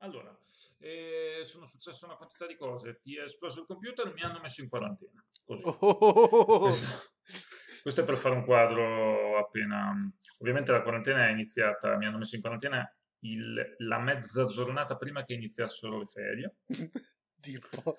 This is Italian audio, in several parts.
Allora, sono successe una quantità di cose. Ti è esploso il computer, mi hanno messo in quarantena. Così. Oh. Questo, questo è per fare un quadro appena. Ovviamente la quarantena è iniziata, mi hanno messo in quarantena la mezza giornata prima che iniziassero le ferie. Tipo.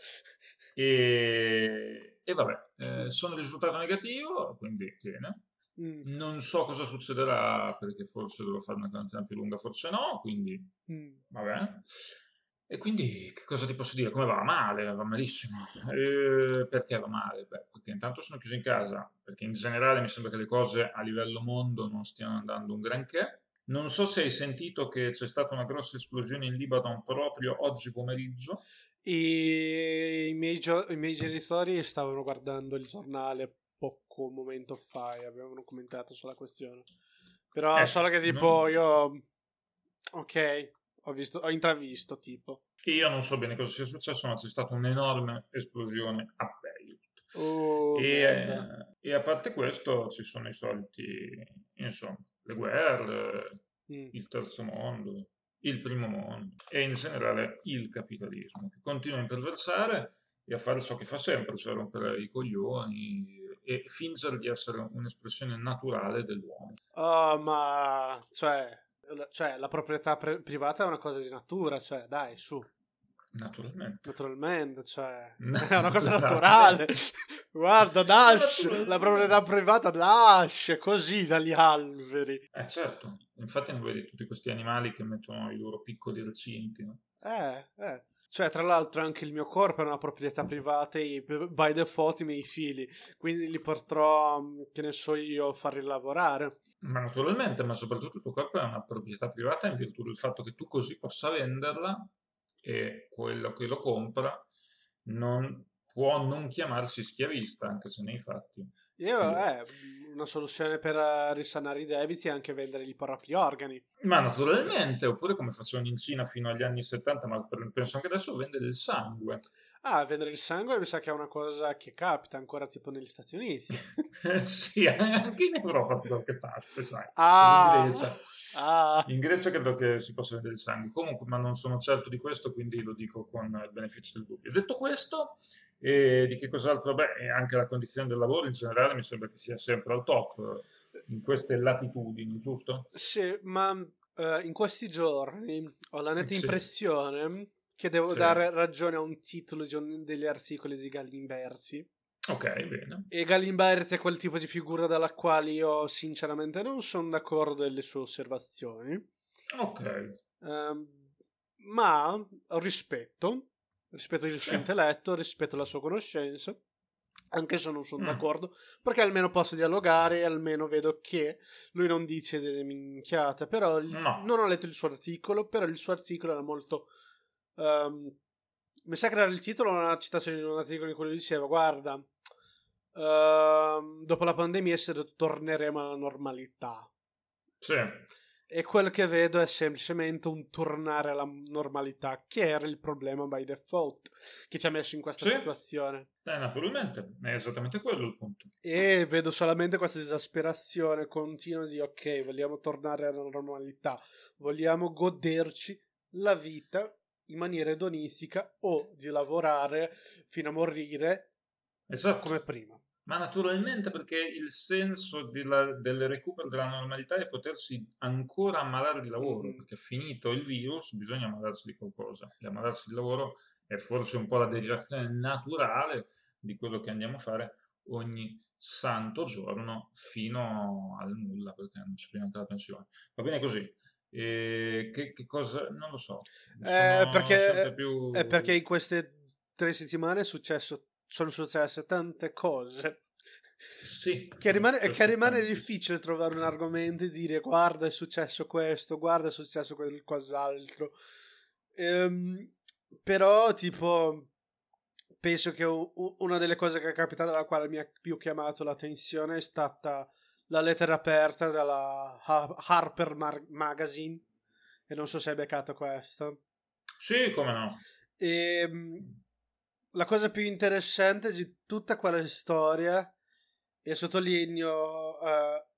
E vabbè, sono risultato negativo, quindi bene. Mm, Non so cosa succederà perché forse dovrò fare una quarantena più lunga, forse no, quindi mm. vabbè. E quindi che cosa ti posso dire? Come va? Male, va malissimo. Perché va male? Beh, perché intanto sono chiuso in casa, perché in generale mi sembra che le cose a livello mondo non stiano andando un granché. Non so se hai sentito che c'è stata una grossa esplosione in Libano proprio oggi pomeriggio. I miei genitori stavano guardando il giornale poco momento fa e avevano commentato sulla questione. Però solo che tipo Non. io. Ok, ho intravisto tipo. Io non so bene cosa sia successo, ma c'è stata un'enorme esplosione a Beirut. Oh, E, merda. a parte questo ci sono i soliti, insomma, le guerre, Mm. il terzo mondo, il primo mondo e in generale il capitalismo che continua a imperversare e a fare ciò che fa sempre, cioè rompere i coglioni e fingere di essere un'espressione naturale dell'uomo. Oh, ma cioè, la proprietà privata è una cosa di natura, cioè, dai, su. Naturalmente. Naturalmente, cioè, è una cosa naturale. Naturalmente. Guarda, Ma nasce, la proprietà naturalmente. privata nasce così dagli alberi. Certo, infatti non vedi tutti questi animali che mettono i loro piccoli recinti, no? Eh. Cioè, tra l'altro anche il mio corpo è una proprietà privata e by default i miei figli, quindi li potrò, che ne so io, farli lavorare. Ma naturalmente, ma soprattutto il tuo corpo è una proprietà privata in virtù del fatto che tu così possa venderla e quello che lo compra non può non chiamarsi schiavista, anche se nei fatti Io, lo è. una soluzione per risanare i debiti è anche vendere i propri organi. Ma naturalmente, oppure come facevano in Cina fino agli anni 70, ma penso anche adesso, vendere il sangue. Ah, vendere il sangue mi sa che è una cosa che capita ancora tipo negli Stati Uniti. Sì, anche in Europa da qualche parte, sai. E in Ah, Grecia. ah. In Grecia credo che si possa vedere il sangue. Comunque, ma non sono certo di questo, quindi lo dico con il beneficio del dubbio. Detto questo, di che cos'altro? Beh, e anche la condizione del lavoro in generale mi sembra che sia sempre al top in queste latitudini, giusto? Sì, ma in questi giorni ho la netta Sì, impressione che devo sì. dare ragione a un titolo degli articoli di Galimberti. Ok, bene. E Galimberti è quel tipo di figura dalla quale io sinceramente non sono d'accordo delle sue osservazioni. Ok, Ehm, ma rispetto il sì. suo intelletto, rispetto la sua conoscenza, anche se non sono Mm, d'accordo, perché almeno posso dialogare e almeno vedo che lui non dice delle minchiate, però no. non ho letto il suo articolo, però il suo articolo era molto. ehm, Mi sa che era il titolo, una citazione di un articolo in cui lui diceva, guarda, dopo la pandemia torneremo alla normalità. Sì. E quel che vedo è semplicemente un tornare alla normalità, che era il problema by default, che ci ha messo in questa Sì, situazione. naturalmente, è esattamente quello il punto. E vedo solamente questa esasperazione continua di ok, vogliamo tornare alla normalità, vogliamo goderci la vita in maniera edonistica o di lavorare fino a morire Esatto, come prima. ma naturalmente perché il senso del recupero della normalità è potersi ancora ammalare di lavoro, Mhm. perché finito il virus bisogna ammalarsi di qualcosa e ammalarsi di lavoro è forse un po' la derivazione naturale di quello che andiamo a fare ogni santo giorno fino al nulla, perché non c'è più neanche la pensione. Va bene così. E che cosa? Non lo so, Eh, sono sempre perché, è perché più. in queste 3 settimane sono successe tante cose. Sì, Che sono che successe rimane tantissime. difficile trovare un argomento e dire guarda è successo questo, guarda è successo quel cos'altro. Ehm, Però tipo penso che una delle cose che è capitata alla quale mi ha più chiamato l'attenzione è stata la lettera aperta dalla Harper Magazine e non so se hai beccato questo. Sì, come no. E la cosa più interessante di tutta quella storia, e sottolineo,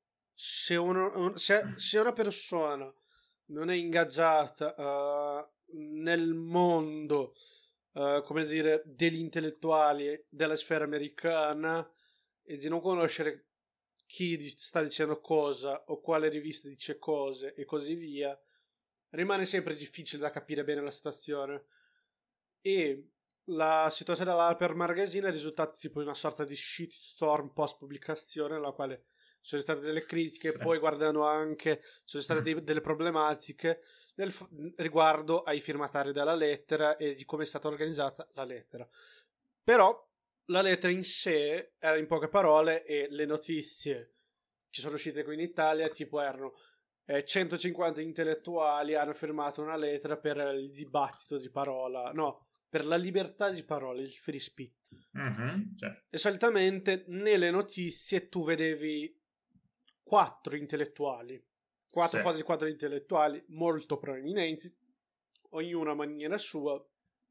se una persona non è ingaggiata nel mondo, come dire, degli intellettuali della sfera americana e di non conoscere chi sta dicendo cosa o quale rivista dice cose e così via, rimane sempre difficile da capire bene la situazione. E la situazione dell'Harper Magazine è risultata tipo una sorta di shitstorm post pubblicazione, nella quale sono state delle critiche, Sì. poi guardando anche sono state delle problematiche riguardo ai firmatari della lettera e di come è stata organizzata la lettera. Però la lettera in sé era in poche parole e le notizie che sono uscite qui in Italia tipo erano 150 intellettuali hanno firmato una lettera per il dibattito di parola, no, per la libertà di parola, il free speech. Sì. E solitamente nelle notizie tu vedevi 4 intellettuali, 4 Sì. foto di 4 intellettuali molto prominenti, ognuno a maniera sua,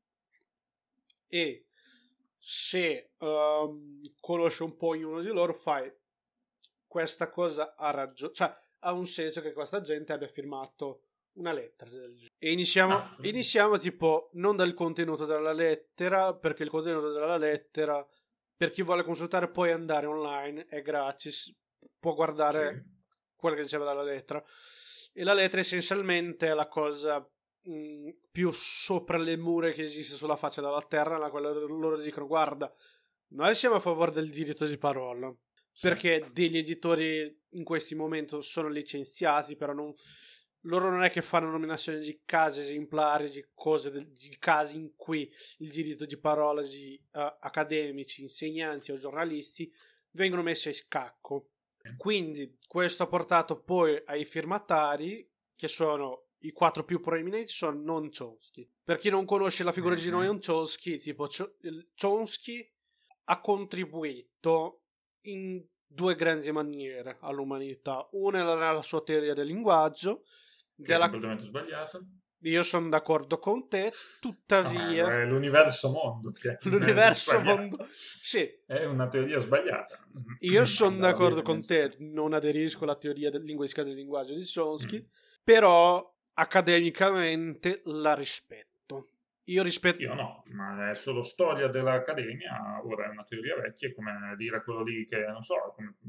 e se conosci un po' ognuno di loro fai questa cosa ha ragione, cioè ha un senso che questa gente abbia firmato una lettera del genere. E iniziamo tipo non dal contenuto della lettera, perché il contenuto della lettera per chi vuole consultare puoi andare online, è gratis, può guardare Sì. quello che diceva dalla lettera, e la lettera essenzialmente è la cosa più sopra le mura che esiste sulla faccia della terra, nella quale loro dicono guarda, noi siamo a favore del diritto di parola, Sì. perché degli editori in questo momento sono licenziati, però loro non è che fanno nominazioni di casi esemplari, di di casi in cui il diritto di parola di accademici, insegnanti o giornalisti vengono messi a scacco. Quindi questo ha portato poi ai firmatari, che sono i 4 più prominenti, sono Noam Chomsky. Per chi non conosce la figura di Noam Chomsky, tipo Chomsky ha contribuito in 2 grandi maniere all'umanità. Una è la sua teoria del linguaggio, Che è completamente sbagliato. Io sono d'accordo con te, No, tuttavia è l'universo mondo che è l'universo sbagliato. mondo, sì, È una teoria sbagliata. io sono Andava d'accordo bene con pensare. te, non aderisco alla teoria linguistica del linguaggio di Chomsky, Mm. però accademicamente la rispetto. Io rispetto. Io no, ma è solo storia dell'Accademia, ora è una teoria vecchia, è come dire quello lì che, non so, è come...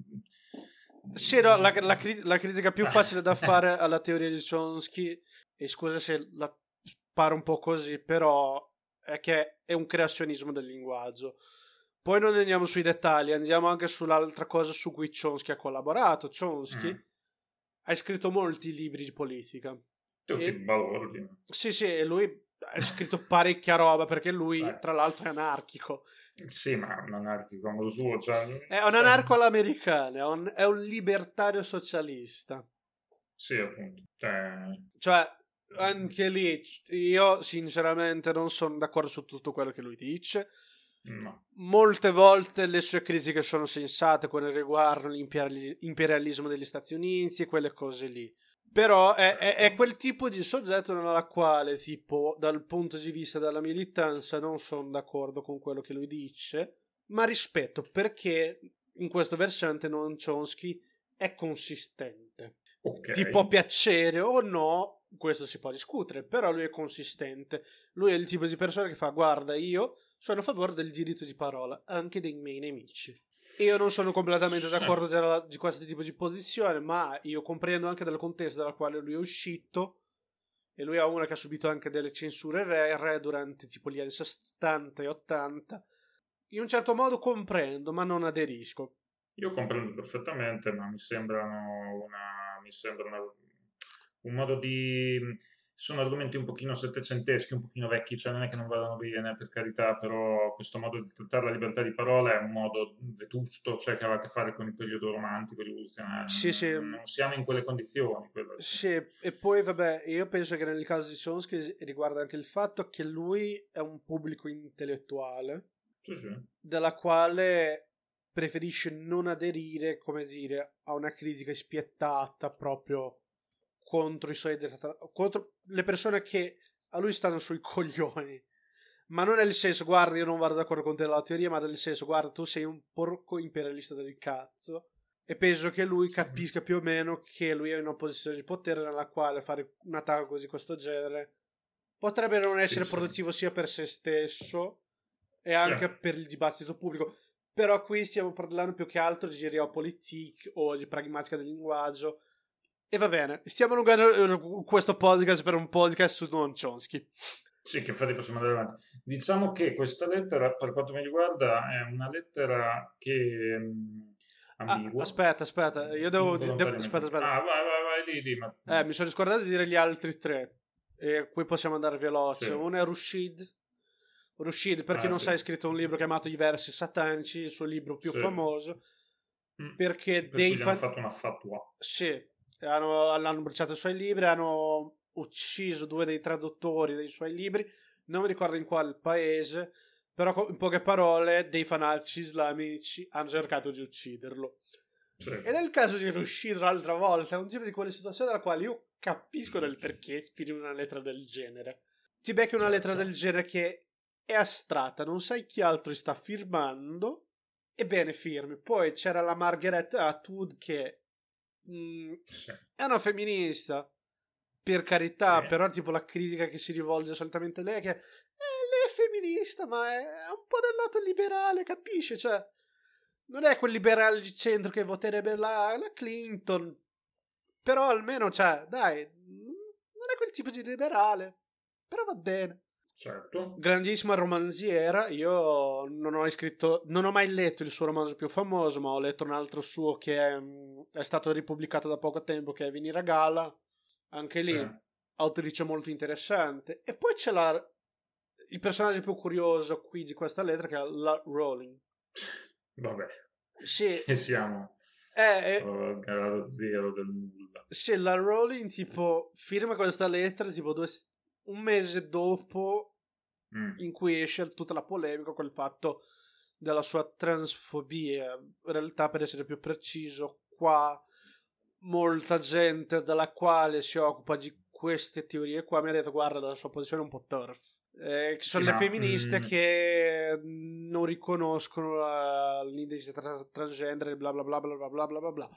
Sì, no, la critica più facile da fare alla teoria di Chomsky, e scusa se la sparo un po' così, però è che è un creazionismo del linguaggio. Poi non andiamo sui dettagli, andiamo anche sull'altra cosa su cui Chomsky ha collaborato. Chomsky Mm. ha scritto molti libri di politica. Tutti E, balordi. sì, sì, e lui ha scritto parecchia roba perché lui, Sai. tra l'altro, è anarchico. Sì, ma non è il modo suo, cioè... È un anarco all'americana, è un libertario socialista. Sì, appunto. Cioè, anche lì, io sinceramente non sono d'accordo su tutto quello che lui dice. No. Molte volte le sue critiche sono sensate quando riguardano l'imperialismo degli Stati Uniti e quelle cose lì. Però è quel tipo di soggetto nella quale, tipo, dal punto di vista della militanza, non sono d'accordo con quello che lui dice, ma rispetto perché in questo versante non Chomsky è consistente. Ok. Ti può piacere o no, questo si può discutere, però lui è consistente. Lui è il tipo di persona che fa, guarda, io sono a favore del diritto di parola, anche dei miei nemici. Io non sono completamente Sì. d'accordo di questo tipo di posizione, ma io comprendo anche dal contesto dalla quale lui è uscito, e lui è uno che ha subito anche delle censure vere durante tipo gli anni 70 e 80. In un certo modo comprendo, ma non aderisco. Io comprendo perfettamente, ma mi sembrano un modo di... Sono argomenti un pochino settecenteschi, un pochino vecchi, cioè non è che non vadano bene, per carità, però questo modo di trattare la libertà di parola è un modo vetusto, cioè che aveva a che fare con il periodo romantico, rivoluzionario. Sì, sì. Non siamo in quelle condizioni, quello sì. Sì, e poi vabbè, io penso che nel caso di Chomsky riguarda anche il fatto che lui è un pubblico intellettuale, Sì, sì. della quale preferisce non aderire, come dire, a una critica spiettata proprio contro i suoi contro le persone che a lui stanno sui coglioni. Ma non è il senso, guarda, io non vado d'accordo con te nella teoria, ma nel senso, guarda, tu sei un porco imperialista del cazzo. E penso che lui Sì. capisca più o meno che lui è in una posizione di potere nella quale fare un attacco di questo genere potrebbe non essere sì, produttivo sia per se stesso e sì. anche per il dibattito pubblico. Però qui stiamo parlando più che altro di realpolitik o di pragmatica del linguaggio. E va bene, stiamo allungando questo podcast per un podcast su Noam Chomsky. Sì, che infatti possiamo andare avanti. Diciamo che questa lettera, per quanto mi riguarda, è una lettera che ambigua, Aspetta, io devo... involontariamente. Aspetta. Ah, vai, lì, ma Mi sono scordato di dire gli altri tre. E qui possiamo andare sì, veloce. Uno è Rushid. Rushid, per chi non sì, sa, ha scritto un libro chiamato I versi satanici, il suo libro più sì. famoso. Mm. Perché Per dei cui gli hanno fan... fatto una fatwa. Sì, hanno bruciato i suoi libri, hanno ucciso due dei traduttori dei suoi libri. Non mi ricordo in quale paese, però in poche parole dei fanatici islamici hanno cercato di ucciderlo. Sì, E nel caso di riuscire l'altra volta, è un tipo di quelle situazioni alla quale io capisco del perché scrivi una lettera del genere. Ti becchi una lettera certo. del genere che è astratta, non sai chi altro sta firmando, ebbene firmi. Poi c'era la Margaret Atwood che Sì, è una femminista, per sì, carità, però tipo la critica che si rivolge solitamente a lei è che lei è femminista, ma è un po' del lato liberale, capisci? Cioè, non è quel liberale di centro che voterebbe la Clinton, però almeno, cioè, dai, non è quel tipo di liberale, però va bene. certo. Grandissima romanziera, io non ho mai letto il suo romanzo più famoso, ma ho letto un altro suo che è stato ripubblicato da poco tempo, che è Venire a Gala, anche Sì, lì, autrice molto interessante. E poi c'è il personaggio più curioso qui di questa lettera, che è la Rowling. vabbè, Sì, che siamo è, al grado zero del nulla. sì, la Rowling tipo firma questa lettera tipo un mese dopo Mm, in cui esce tutta la polemica col fatto della sua transfobia. In realtà, per essere più preciso, qua molta gente dalla quale si occupa di queste teorie qua mi ha detto guarda, la sua posizione è un po' turf. Che sì, sono le ma femministe che non riconoscono l'identità transgender, bla bla bla bla bla bla bla bla bla.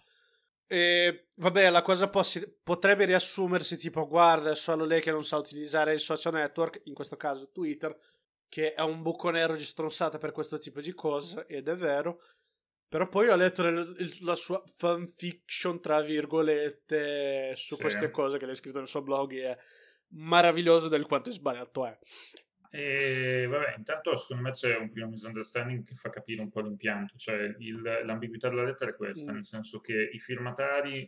E vabbè, la cosa potrebbe riassumersi tipo guarda, è solo lei che non sa utilizzare il social network, in questo caso Twitter, che è un buco nero di stronzata per questo tipo di cose, ed è vero. Però poi ho letto la sua fanfiction, tra virgolette, su sì. queste cose che lei ha scritto nel suo blog e è meraviglioso del quanto è sbagliato è. E vabbè, intanto secondo me c'è un primo misunderstanding che fa capire un po' l'impianto, cioè l'ambiguità della lettera è questa, Mm. nel senso che i firmatari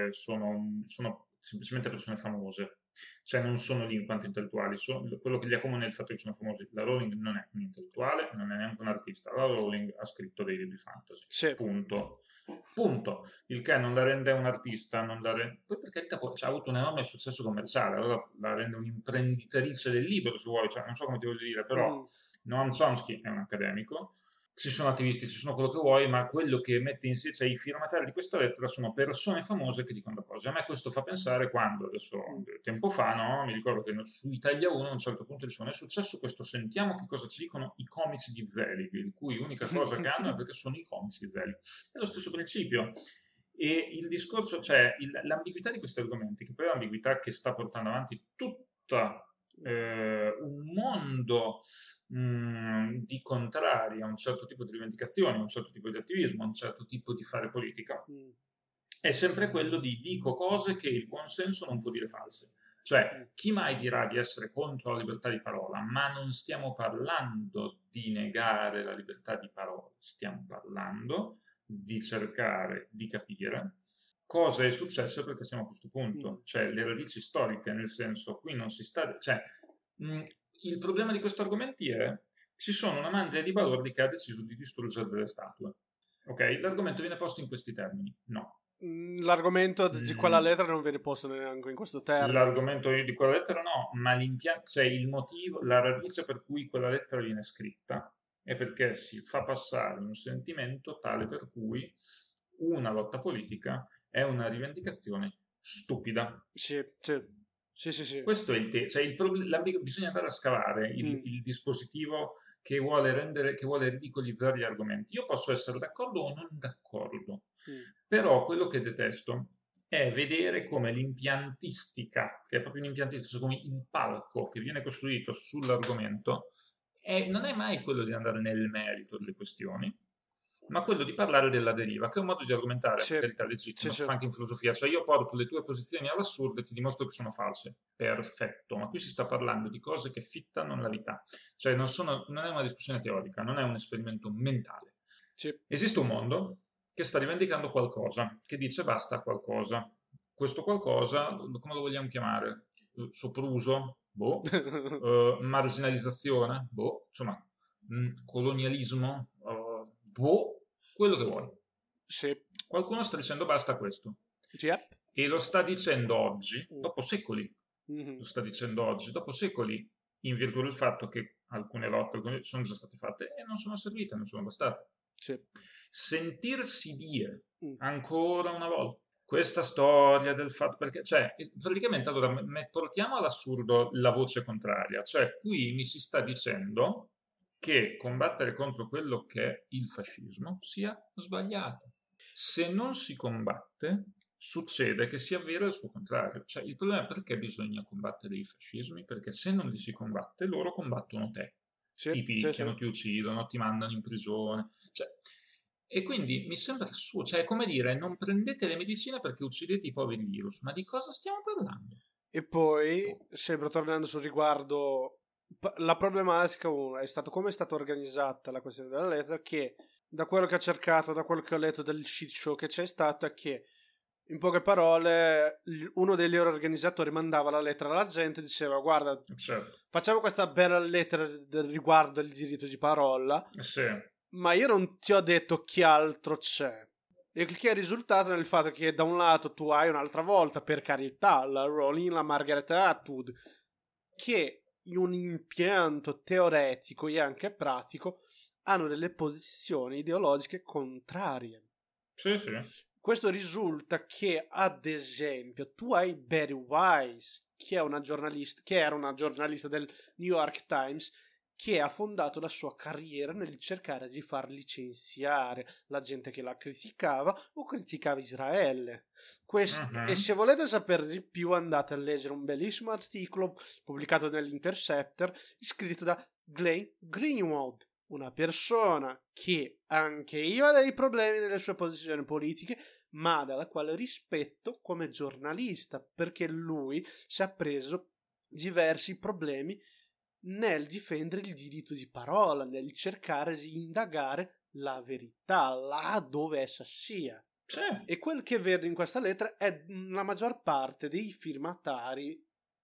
sono semplicemente persone famose, cioè non sono lì in quanto intellettuali, quello che li accomuna è il fatto che sono famosi. La Rowling non è un intellettuale, non è neanche un artista, la Rowling ha scritto dei libri fantasy, Sì. punto. Punto. Il che non la rende un artista, non la rende... Poi per carità ha avuto un enorme successo commerciale, allora la rende un'imprenditrice del libro, se vuoi, cioè, non so come ti voglio dire, però Mm. Noam Chomsky è un accademico, ci sono attivisti, ci sono quello che vuoi, ma quello che mette in sé, cioè i firmatari di questa lettera sono persone famose che dicono cose. A me questo fa pensare quando, adesso, Mm. tempo fa, no? Mi ricordo che su Italia 1 a un certo punto dicevano è successo questo, sentiamo che cosa ci dicono i comici di Zelig, il cui unica cosa che hanno è perché sono i comici di Zelig. È lo stesso principio. E il discorso, cioè l'ambiguità di questi argomenti, che poi è l'ambiguità che sta portando avanti tutta un mondo di contrari a un certo tipo di rivendicazioni, a un certo tipo di attivismo, a un certo tipo di fare politica, Mm. è sempre quello di dico cose che il buon senso non può dire false. Mm. Cioè, chi mai dirà di essere contro la libertà di parola? Ma non stiamo parlando di negare la libertà di parola, stiamo parlando di cercare di capire cosa è successo perché siamo a questo Mm. punto, cioè le radici storiche, nel senso, qui non si sta... Cioè, mh, il problema di questi argomenti è ci sono una mandria di balordi che ha deciso di distruggere delle statue. Ok? L'argomento viene posto in questi termini? No. L'argomento di quella Mm, lettera non viene posto neanche in questo termine. l'argomento di quella lettera no, ma l'impianto, cioè il motivo, la radice per cui quella lettera viene scritta è perché si fa passare un sentimento tale per cui una lotta politica è una rivendicazione stupida. Sì, sì, sì, sì, sì. Questo è il tema, cioè bisogna andare a scavare Mm. il dispositivo che vuole rendere, che vuole ridicolizzare gli argomenti. Io posso essere d'accordo o non d'accordo, Mm. però quello che detesto è vedere come l'impiantistica, che è proprio l'impiantistica, cioè come il palco che viene costruito sull'argomento, non è mai quello di andare nel merito delle questioni, ma quello di parlare della deriva, che è un modo di argomentare, per Sì, carità, sì, legittimo, si sì. fa anche in filosofia, cioè io porto le tue posizioni all'assurdo e ti dimostro che sono false. Perfetto, ma qui si sta parlando di cose che fittano nella vita, cioè non è una discussione teorica, non è un esperimento mentale. Sì. Esiste un mondo che sta rivendicando qualcosa, che dice basta a qualcosa. Questo qualcosa, come lo vogliamo chiamare? Sopruso? Boh. Marginalizzazione? Boh. Insomma, colonialismo? Boh. Quello che vuoi. Sì. Qualcuno sta dicendo basta a questo. Yep. E lo sta dicendo oggi, Mm. dopo secoli. Mhm. Lo sta dicendo oggi, dopo secoli, in virtù del fatto che alcune lotte sono già state fatte e non sono servite, non sono bastate. Sì. Sentirsi dire Mm. ancora una volta questa storia del fatto perché, cioè, praticamente allora portiamo all'assurdo la voce contraria, cioè qui mi si sta dicendo che combattere contro quello che è il fascismo sia sbagliato. Se non si combatte, succede che si avvera il suo contrario. Cioè, il problema è perché bisogna combattere i fascismi? Perché se non li si combatte, loro combattono te. Sì, Ti sì, sì. picchiano, ti uccidono, ti mandano in prigione. Cioè, e quindi mi sembra assurdo, cioè è come dire, non prendete le medicine perché uccidete i poveri virus, ma di cosa stiamo parlando? E poi, Boh. sempre tornando sul riguardo, la problematica uno è stato come è stata organizzata la questione della lettera, che da quello che ho cercato, da quello che ho letto del shit show che c'è stato, è che in poche parole uno dei loro organizzatori mandava la lettera alla gente e diceva guarda, Certo, facciamo questa bella lettera riguardo il diritto di parola, sì, ma io non ti ho detto che altro c'è. E il che è risultato nel fatto che da un lato tu hai un'altra volta, per carità, la Rowling, la Margaret Atwood, che in un impianto teoretico e anche pratico hanno delle posizioni ideologiche contrarie. sì, sì, Questo risulta che, ad esempio, tu hai Betty Wise, che è una giornalista, che era una giornalista del New York Times, che ha fondato la sua carriera nel cercare di far licenziare la gente che la criticava o criticava Israele. E mhm, se volete sapere di più, andate a leggere un bellissimo articolo pubblicato nell'Interceptor, scritto da Glenn Greenwald, una persona che anche io ha dei problemi nelle sue posizioni politiche, ma dalla quale rispetto come giornalista, perché lui si è preso diversi problemi nel difendere il diritto di parola, nel cercare di indagare la verità là dove essa sia. sì, E quel che vedo in questa lettera è la maggior parte dei firmatari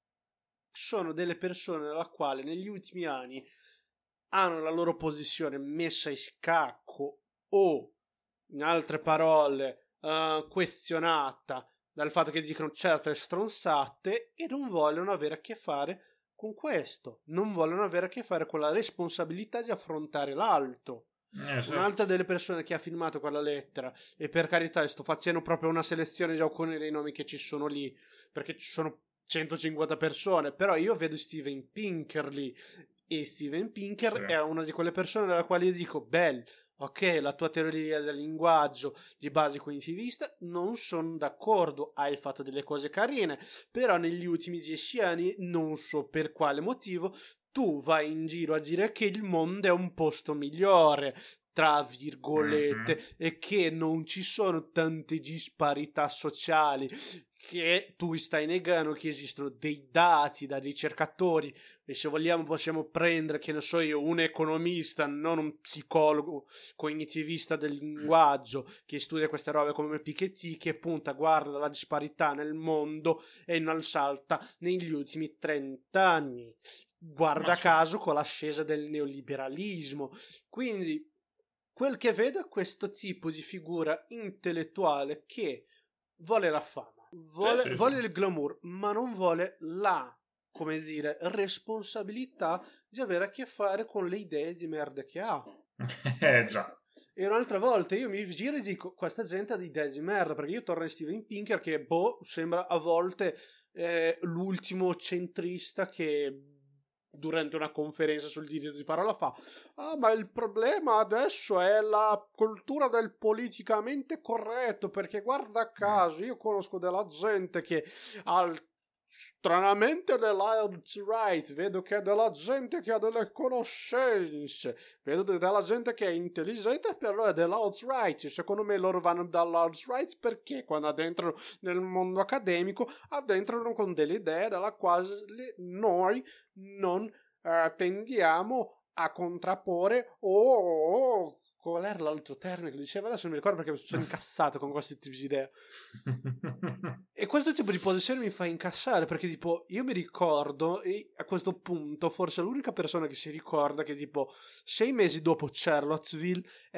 sono delle persone alla quale negli ultimi anni hanno la loro posizione messa in scacco o, in altre parole, questionata dal fatto che dicono certe stronzate e non vogliono avere a che fare con questo, non vogliono avere a che fare con la responsabilità di affrontare l'alto. esatto. Un'altra delle persone che ha firmato quella lettera, e per carità sto facendo proprio una selezione di alcuni dei nomi che ci sono lì, perché ci sono 150 persone, però io vedo Steven Pinker lì, e Steven Sì. Pinker è una di quelle persone dalla quale io dico, beh, ok, la tua teoria del linguaggio di base cognitivista non sono d'accordo, hai fatto delle cose carine, però negli ultimi 10 anni non so per quale motivo tu vai in giro a dire che il mondo è un posto migliore, tra Mhm. virgolette, e che non ci sono tante disparità sociali, che tu stai negando che esistono dei dati da ricercatori, e se vogliamo possiamo prendere, che ne so io, un economista, non un psicologo cognitivista del linguaggio che studia queste robe come Piketty, che punta, guarda la disparità nel mondo è innalzata negli ultimi 30 anni, Ma guarda sì. caso con l'ascesa del neoliberalismo. Quindi quel che vedo è questo tipo di figura intellettuale che vuole la fama, Sì, vuole, sì, sì. vuole il glamour, ma non vuole la, come dire, responsabilità di avere a che fare con le idee di merda che ha. Già. E un'altra volta io mi giro e dico, questa gente ha di idee di merda, perché io torno a Steven Pinker che, boh, sembra a volte l'ultimo centrista che durante una conferenza sul diritto di parola fa: ah, ma il problema adesso è la cultura del politicamente corretto, perché guarda caso io conosco della gente che stranamente dell'alt-right, vedo che è della gente che ha delle conoscenze, vedo della gente che è intelligente, però è dell'alt-right. Secondo me loro vanno dall'alt-right perché quando addentrano nel mondo accademico addentrano con delle idee dalla quale noi non tendiamo a contrapporre o qual era l'altro termine che diceva, adesso non mi ricordo perché sono incassato con questi tipi di idee. E questo tipo di posizione mi fa incassare, perché tipo io mi ricordo, e a questo punto forse l'unica persona che si ricorda che tipo 6 mesi dopo Charlottesville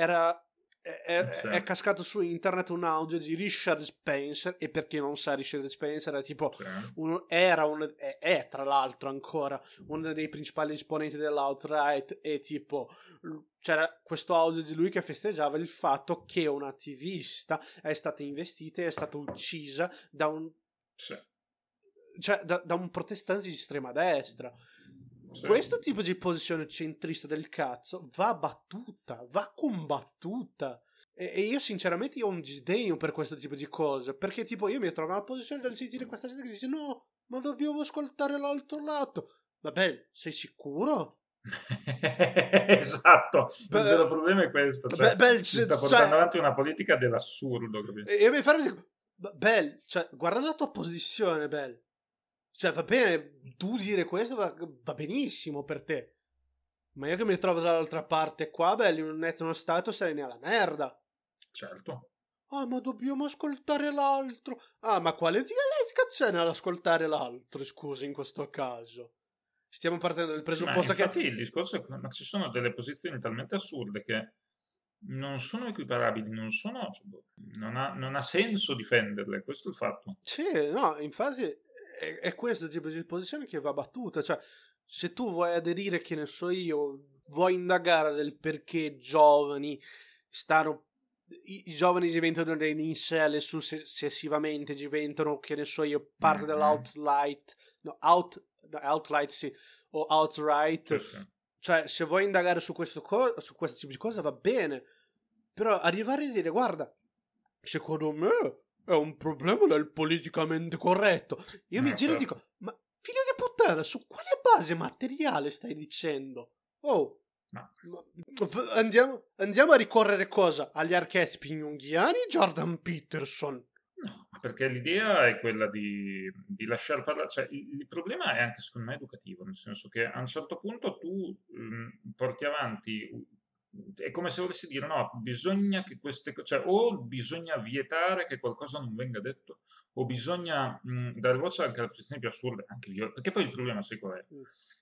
è cascato su internet un audio di Richard Spencer, e per chi non sa Richard Spencer è tipo è tra l'altro ancora uno dei principali esponenti dell'alt-right, e tipo c'era questo audio di lui che festeggiava il fatto che un'attivista è stata investita e è stata uccisa da un da un protestante di estrema destra. Questo tipo di posizione centrista del cazzo va battuta, va combattuta. E io sinceramente ho un disdegno per questo tipo di cose, perché tipo io mi trovo nella posizione del sentire questa gente che dice no, ma dobbiamo ascoltare l'altro lato. Vabbè, sei sicuro? Esatto, il vero problema è questo, cioè si sta portando avanti una politica dell'assurdo. E mi fermo, Bel, cioè guarda la tua posizione, Bel. Cioè va bene, tu dire questo va benissimo per te, ma io che mi trovo dall'altra parte qua, Bel, in uno stato sarei nella merda. Certo. Ah, ma dobbiamo ascoltare l'altro. Ah, ma quale dialettica c'è nell'ascoltare l'altro, scusa, in questo caso? Stiamo partendo dal presupposto che... Infatti il discorso è che ci sono delle posizioni talmente assurde che non sono equiparabili, non ha senso difenderle, questo è il fatto. Sì, no, infatti è questo tipo di posizione che va battuta. Cioè, se tu vuoi aderire, che ne so io, vuoi indagare del perché giovani i giovani diventano dei incel e successivamente diventano, che ne so io, parte dell'alt-right, alt-right sì, o alt-right. Sì. Cioè, se vuoi indagare su questo tipo di cosa va bene, però arrivare a dire guarda, secondo me è un problema del politicamente corretto, io mi giro e dico, ma figlio di puttana, su quale base materiale stai dicendo? Oh, no. Andiamo a ricorrere cosa? Agli archetipi junghiani, Jordan Peterson? No, perché l'idea è quella di lasciar parlare, cioè il problema è anche secondo me educativo, nel senso che a un certo punto tu porti avanti, è come se volessi dire no, bisogna che queste cose, cioè o bisogna vietare che qualcosa non venga detto, o bisogna dare voce anche alle posizioni più assurde, anche perché poi il problema sai qual è?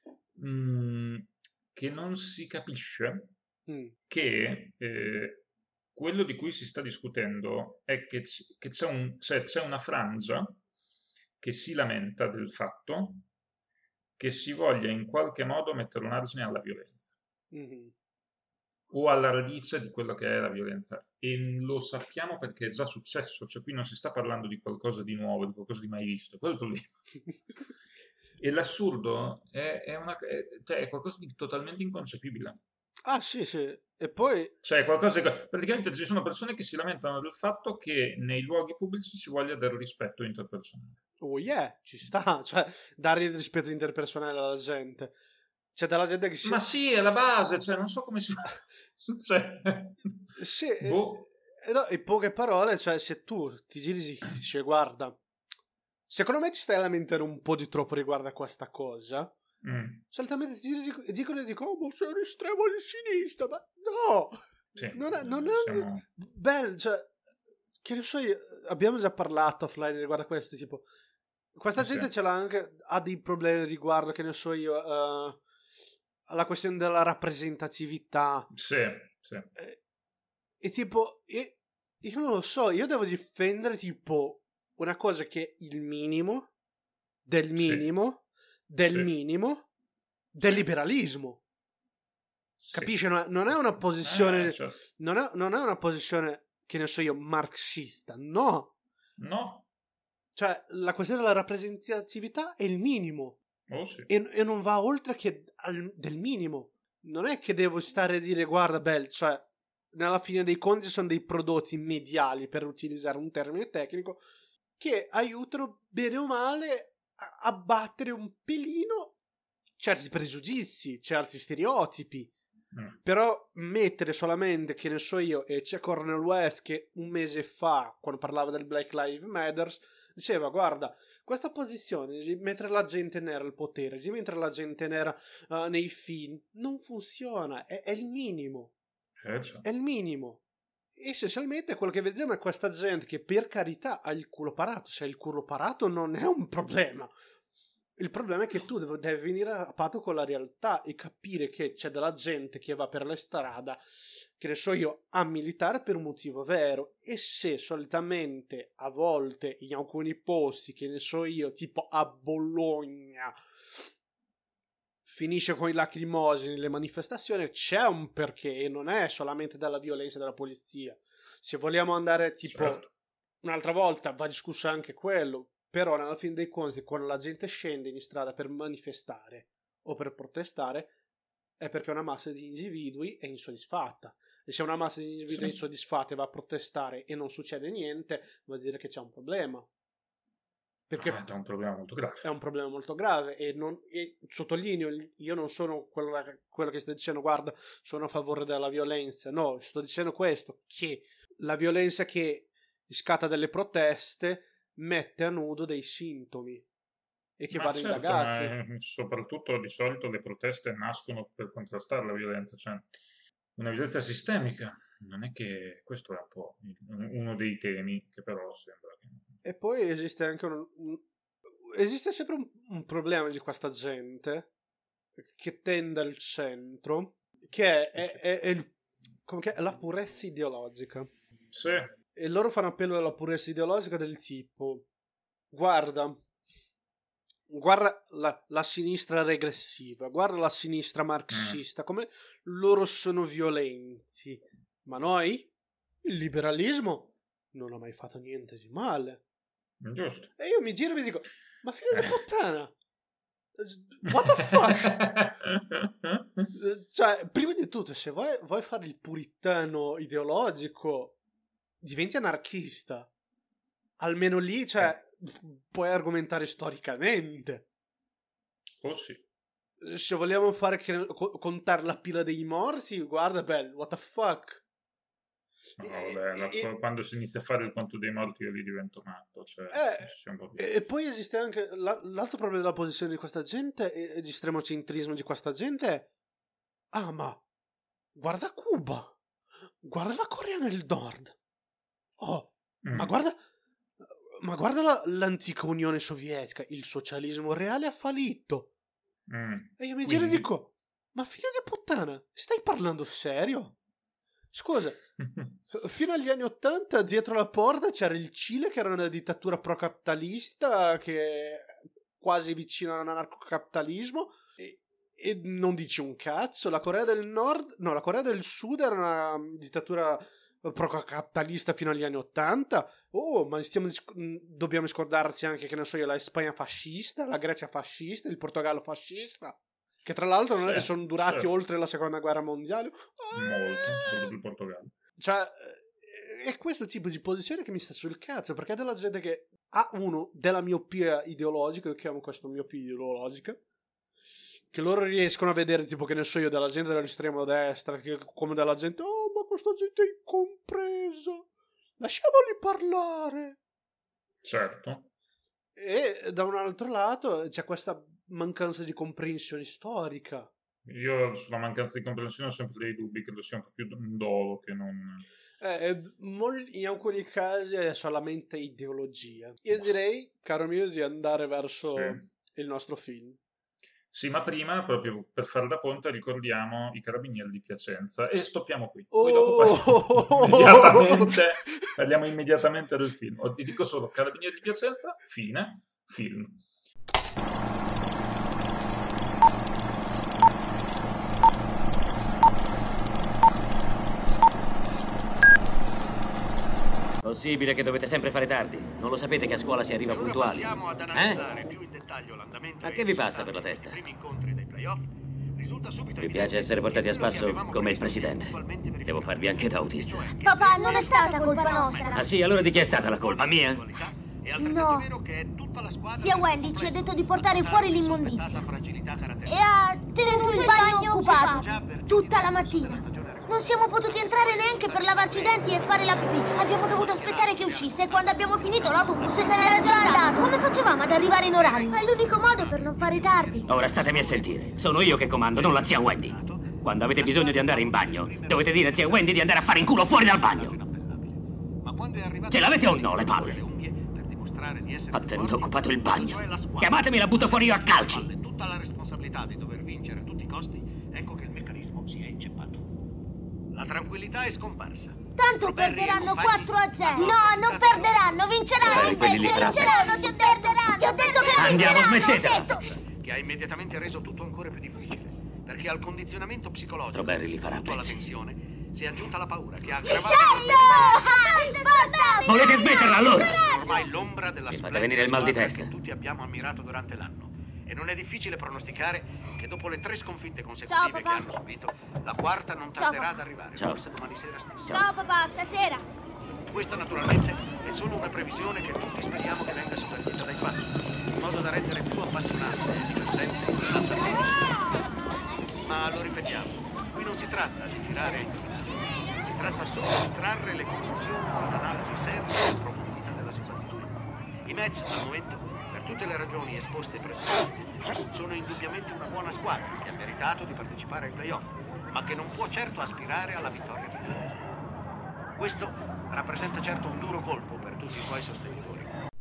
Che non si capisce che quello di cui si sta discutendo è che c'è una frangia che si lamenta del fatto che si voglia in qualche modo mettere un argine alla violenza o alla radice di quello che è la violenza, e lo sappiamo perché è già successo, cioè qui non si sta parlando di qualcosa di nuovo, di qualcosa di mai visto, quello è il problema. E l'assurdo è qualcosa di totalmente inconcepibile. Ah sì, e poi... Cioè praticamente ci sono persone che si lamentano del fatto che nei luoghi pubblici si voglia del rispetto interpersonale. Oh yeah, ci sta, cioè dare il rispetto interpersonale alla gente. C'è della gente che si... Ma sì, è la base, cioè non so come si fa. Cioè... Sì, no, in poche parole, cioè se tu ti giri e dici guarda, secondo me ci stai a lamentare un po' di troppo riguardo a questa cosa. Solitamente ti dicono oh, ma sei un estremo di sinistra, ma no, sì, non è bello, cioè, che ne so io, abbiamo già parlato offline riguardo a questo, tipo questa gente ce l'ha anche, ha dei problemi riguardo, che ne so io, alla questione della rappresentatività. Sì. E tipo io non lo so, io devo difendere tipo una cosa che è il minimo del minimo del liberalismo. Capisci? Non è una posizione certo. non è una posizione, che ne so io, marxista, no. Cioè La questione della rappresentatività è il minimo. Oh sì. E non va oltre che del minimo. Non è che devo stare a dire guarda cioè nella fine dei conti sono dei prodotti mediali, per utilizzare un termine tecnico, che aiutano bene o male a battere un pelino certi pregiudizi, certi stereotipi. Però mettere solamente, che ne so io, e c'è Cornel West che un mese fa, quando parlava del Black Lives Matter, diceva guarda, questa posizione di mettere la gente nera al potere, di mettere la gente nera nei film, non funziona, è il minimo. È il minimo. Essenzialmente quello che vediamo è questa gente che per carità ha il culo parato. Se hai il culo parato non è un problema. Il problema è che tu devi venire a patto con la realtà e capire che c'è della gente che va per la strada, che ne so io, a militare per un motivo vero. E se solitamente a volte in alcuni posti, che ne so io, tipo a Bologna, finisce con i lacrimogeni le manifestazioni, c'è un perché e non è solamente dalla violenza della polizia. Se vogliamo andare tipo un'altra volta va discusso anche quello, però alla fine dei conti quando la gente scende in strada per manifestare o per protestare è perché una massa di individui è insoddisfatta, e se una massa di individui insoddisfatta va a protestare e non succede niente, vuol dire che c'è un problema. Perché è un problema molto grave. È un problema molto grave e sottolineo, io non sono quello che sta dicendo guarda, sono a favore della violenza. No, sto dicendo questo, che la violenza che scatta delle proteste mette a nudo dei sintomi e che vanno indagati. Ma soprattutto di solito le proteste nascono per contrastare la violenza, cioè una violenza sistemica. Non è che questo è un po' uno dei temi che però sembra che... E poi esiste anche esiste sempre un problema di questa gente che tende al centro, che è la purezza ideologica. Sì. E loro fanno appello alla purezza ideologica del tipo guarda la sinistra regressiva, guarda la sinistra marxista, come loro sono violenti, ma noi, il liberalismo, non ha mai fatto niente di male. Giusto. E io mi giro e mi dico ma figlio di puttana, what the fuck? Cioè, prima di tutto, se vuoi fare il puritano ideologico, diventi anarchista. Almeno lì, cioè, puoi argomentare storicamente. Oh sì. Se vogliamo fare contare la pila dei morti, guarda, what the fuck? No, vabbè, quando si inizia a fare il conto dei morti io lì divento matto, cioè, e poi esiste anche l'altro problema della posizione di questa gente e di estremocentrismo di questa gente è ma guarda Cuba, guarda la Corea del Nord, ma guarda l'antica Unione Sovietica, il socialismo reale ha fallito. E io mi giro e dico ma figlio di puttana, stai parlando serio? Scusa, fino agli anni '80 dietro la porta c'era il Cile che era una dittatura procapitalista che quasi vicino all'anarcocapitalismo e non dice un cazzo. La Corea del Nord, no, la Corea del Sud era una dittatura procapitalista fino agli anni '80. Ma dobbiamo scordarci anche che non so io, la Spagna fascista, la Grecia fascista, il Portogallo fascista. Che tra l'altro sono durati oltre la seconda guerra mondiale. Molto, soprattutto il Portogallo. Cioè, è questo tipo di posizione che mi sta sul cazzo, perché è della gente che ha della miopia ideologica, io chiamo questo miopia ideologica, che loro riescono a vedere, tipo, che ne so io, della gente dell'estremo destra, che come della gente, ma questa gente è incompresa, lasciamoli parlare. Certo. E da un altro lato c'è questa mancanza di comprensione storica. Io sulla mancanza di comprensione ho sempre dei dubbi, credo sia un po' più un dolo che non... in alcuni casi è solamente ideologia. Io direi, caro mio, di andare verso il nostro film. Sì, ma prima, proprio per fare da ponte, ricordiamo i Carabinieri di Piacenza e stoppiamo qui. Poi dopo parliamo immediatamente del film. Ti dico solo Carabinieri di Piacenza, fine, film. possibile che dovete sempre fare tardi? Non lo sapete che a scuola si arriva puntuali? Più in dettaglio l'andamento Ma che vi passa per la testa? dei primi incontri dei playoff. Risulta subito Vi piace essere portati a spasso come il presidente? Devo farvi anche da autista. Papà, non è stata colpa nostra. Ah sì, allora di chi è stata la colpa? Mia? No. Zia Wendy ci ha detto di portare fuori l'immondizia. E ha tenuto il bagno occupato tutta la mattina. Non siamo potuti entrare neanche per lavarci i denti e fare la pipì. Abbiamo dovuto aspettare che uscisse e quando abbiamo finito l'autobus se n'era già andato. Come facevamo ad arrivare in orario? È l'unico modo per non fare tardi. Ora statemi a sentire. Sono io che comando, non la zia Wendy. Quando avete bisogno di andare in bagno, dovete dire a zia Wendy di andare a fare in culo fuori dal bagno. Ce l'avete o no le palle? Ha tenuto occupato il bagno. Chiamatemi e la butto fuori io a calci. Tutta la responsabilità di dover vincere a tutti i costi, ecco che il meccanismo si è inceppato. La tranquillità è scomparsa. Tanto perderanno 4-0. No, non perderanno, vinceranno invece. Vinceranno, ti ho detto. Ti ho detto che Andiamo, vinceranno. smettetela. Che ha immediatamente reso tutto ancora più difficile. Perché al condizionamento psicologico, Strawberry li farà alla pezzi. tensione, si è aggiunta la paura che ha Ci aggravato sei! Volete smetterla allora? ormai l'ombra della Mi fate splendida venire il mal di squadra testa. che tutti abbiamo ammirato durante l'anno. E non è difficile pronosticare che dopo le 3 sconfitte consecutive Ciao, che papà. hanno subito, la quarta non Ciao, tarderà papà. ad arrivare, Ciao. forse domani sera stesso. Ciao papà, stasera. Questa naturalmente è solo una previsione che tutti speriamo che venga supervisa dai fatti, in modo da rendere più appassionante e divertente la stagione. Ma lo ripetiamo, qui non si tratta di tirare e indovinare, si tratta solo di trarre le conclusioni da un'analisi seria e approfondita della situazione. I Mets al momento, per tutte le ragioni esposte precedentemente, sono indubbiamente una buona squadra che ha meritato di partecipare ai playoff, ma che non può certo aspirare alla vittoria finale. Questo rappresenta certo un duro colpo per tutti i suoi sostenitori.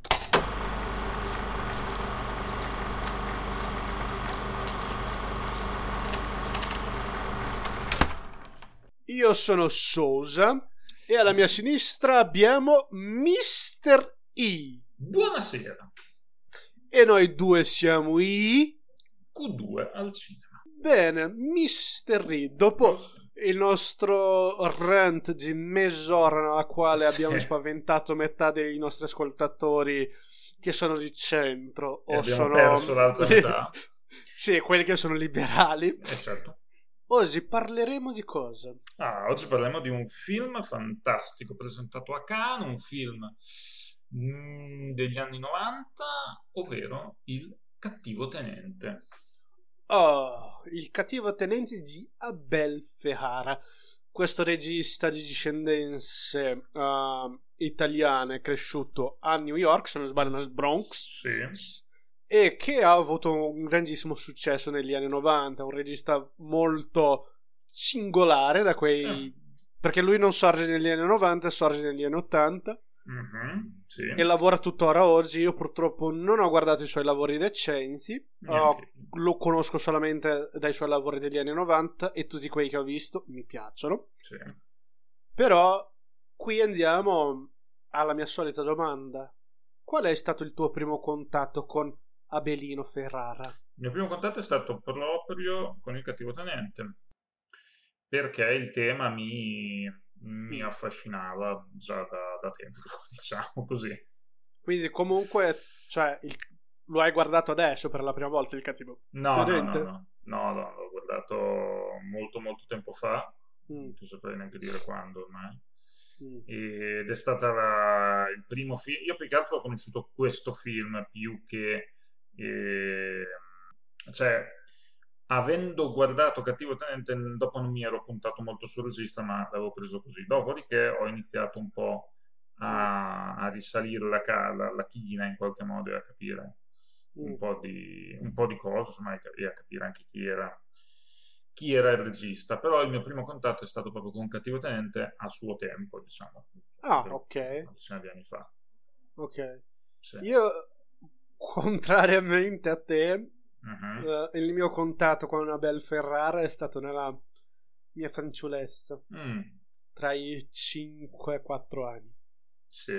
Io sono Sousa e alla mia sinistra abbiamo Mr. E. Buonasera. E noi due siamo i... Q2 al cinema. Bene, Mr. E. Dopo il nostro rant di mezz'ora nella quale Sì. abbiamo spaventato metà dei nostri ascoltatori che sono di centro E o abbiamo sono... perso l'altra metà. Sì, quelli che sono liberali. Certo. Oggi parleremo di cosa? Oggi parliamo di un film fantastico presentato a Cannes, un film degli anni 90, ovvero Il cattivo tenente. Oh, Il cattivo tenente di Abel Ferrara. Questo regista di discendenze italiane, cresciuto a New York, se non sbaglio nel Bronx, Sì. e che ha avuto un grandissimo successo negli anni 90, un regista molto singolare da quei... Sì. Perché lui non sorge negli anni 90, sorge negli anni 80 Sì. e lavora tuttora oggi. Io purtroppo non ho guardato i suoi lavori recenti, Neanche io. lo conosco solamente dai suoi lavori degli anni 90 e tutti quelli che ho visto mi piacciono. Sì. Però qui andiamo alla mia solita domanda: qual è stato il tuo primo contatto con Abelino Ferrara? Il mio primo contatto è stato proprio con Il cattivo tenente, perché il tema mi affascinava già da tempo, diciamo così. Quindi comunque, cioè, lo hai guardato adesso per la prima volta, Il cattivo tenente? No, l'ho guardato molto molto tempo fa, non ti saprei neanche dire quando ormai. Ed è stato il primo film. Io più che altro ho conosciuto questo film più che cioè, avendo guardato Cattivo Tenente, dopo non mi ero puntato molto sul regista, ma l'avevo preso così. Dopodiché ho iniziato un po' a risalire la china in qualche modo e a capire un po' di cose, insomma, e a capire anche chi era il regista. Però il mio primo contatto è stato proprio con Cattivo Tenente a suo tempo, diciamo. Ok. Una decina di anni fa. Ok. Sì. Io, contrariamente a te, il mio contatto con Abel Ferrara è stato nella mia fanciullezza, tra i 5 e 4 anni. Sì.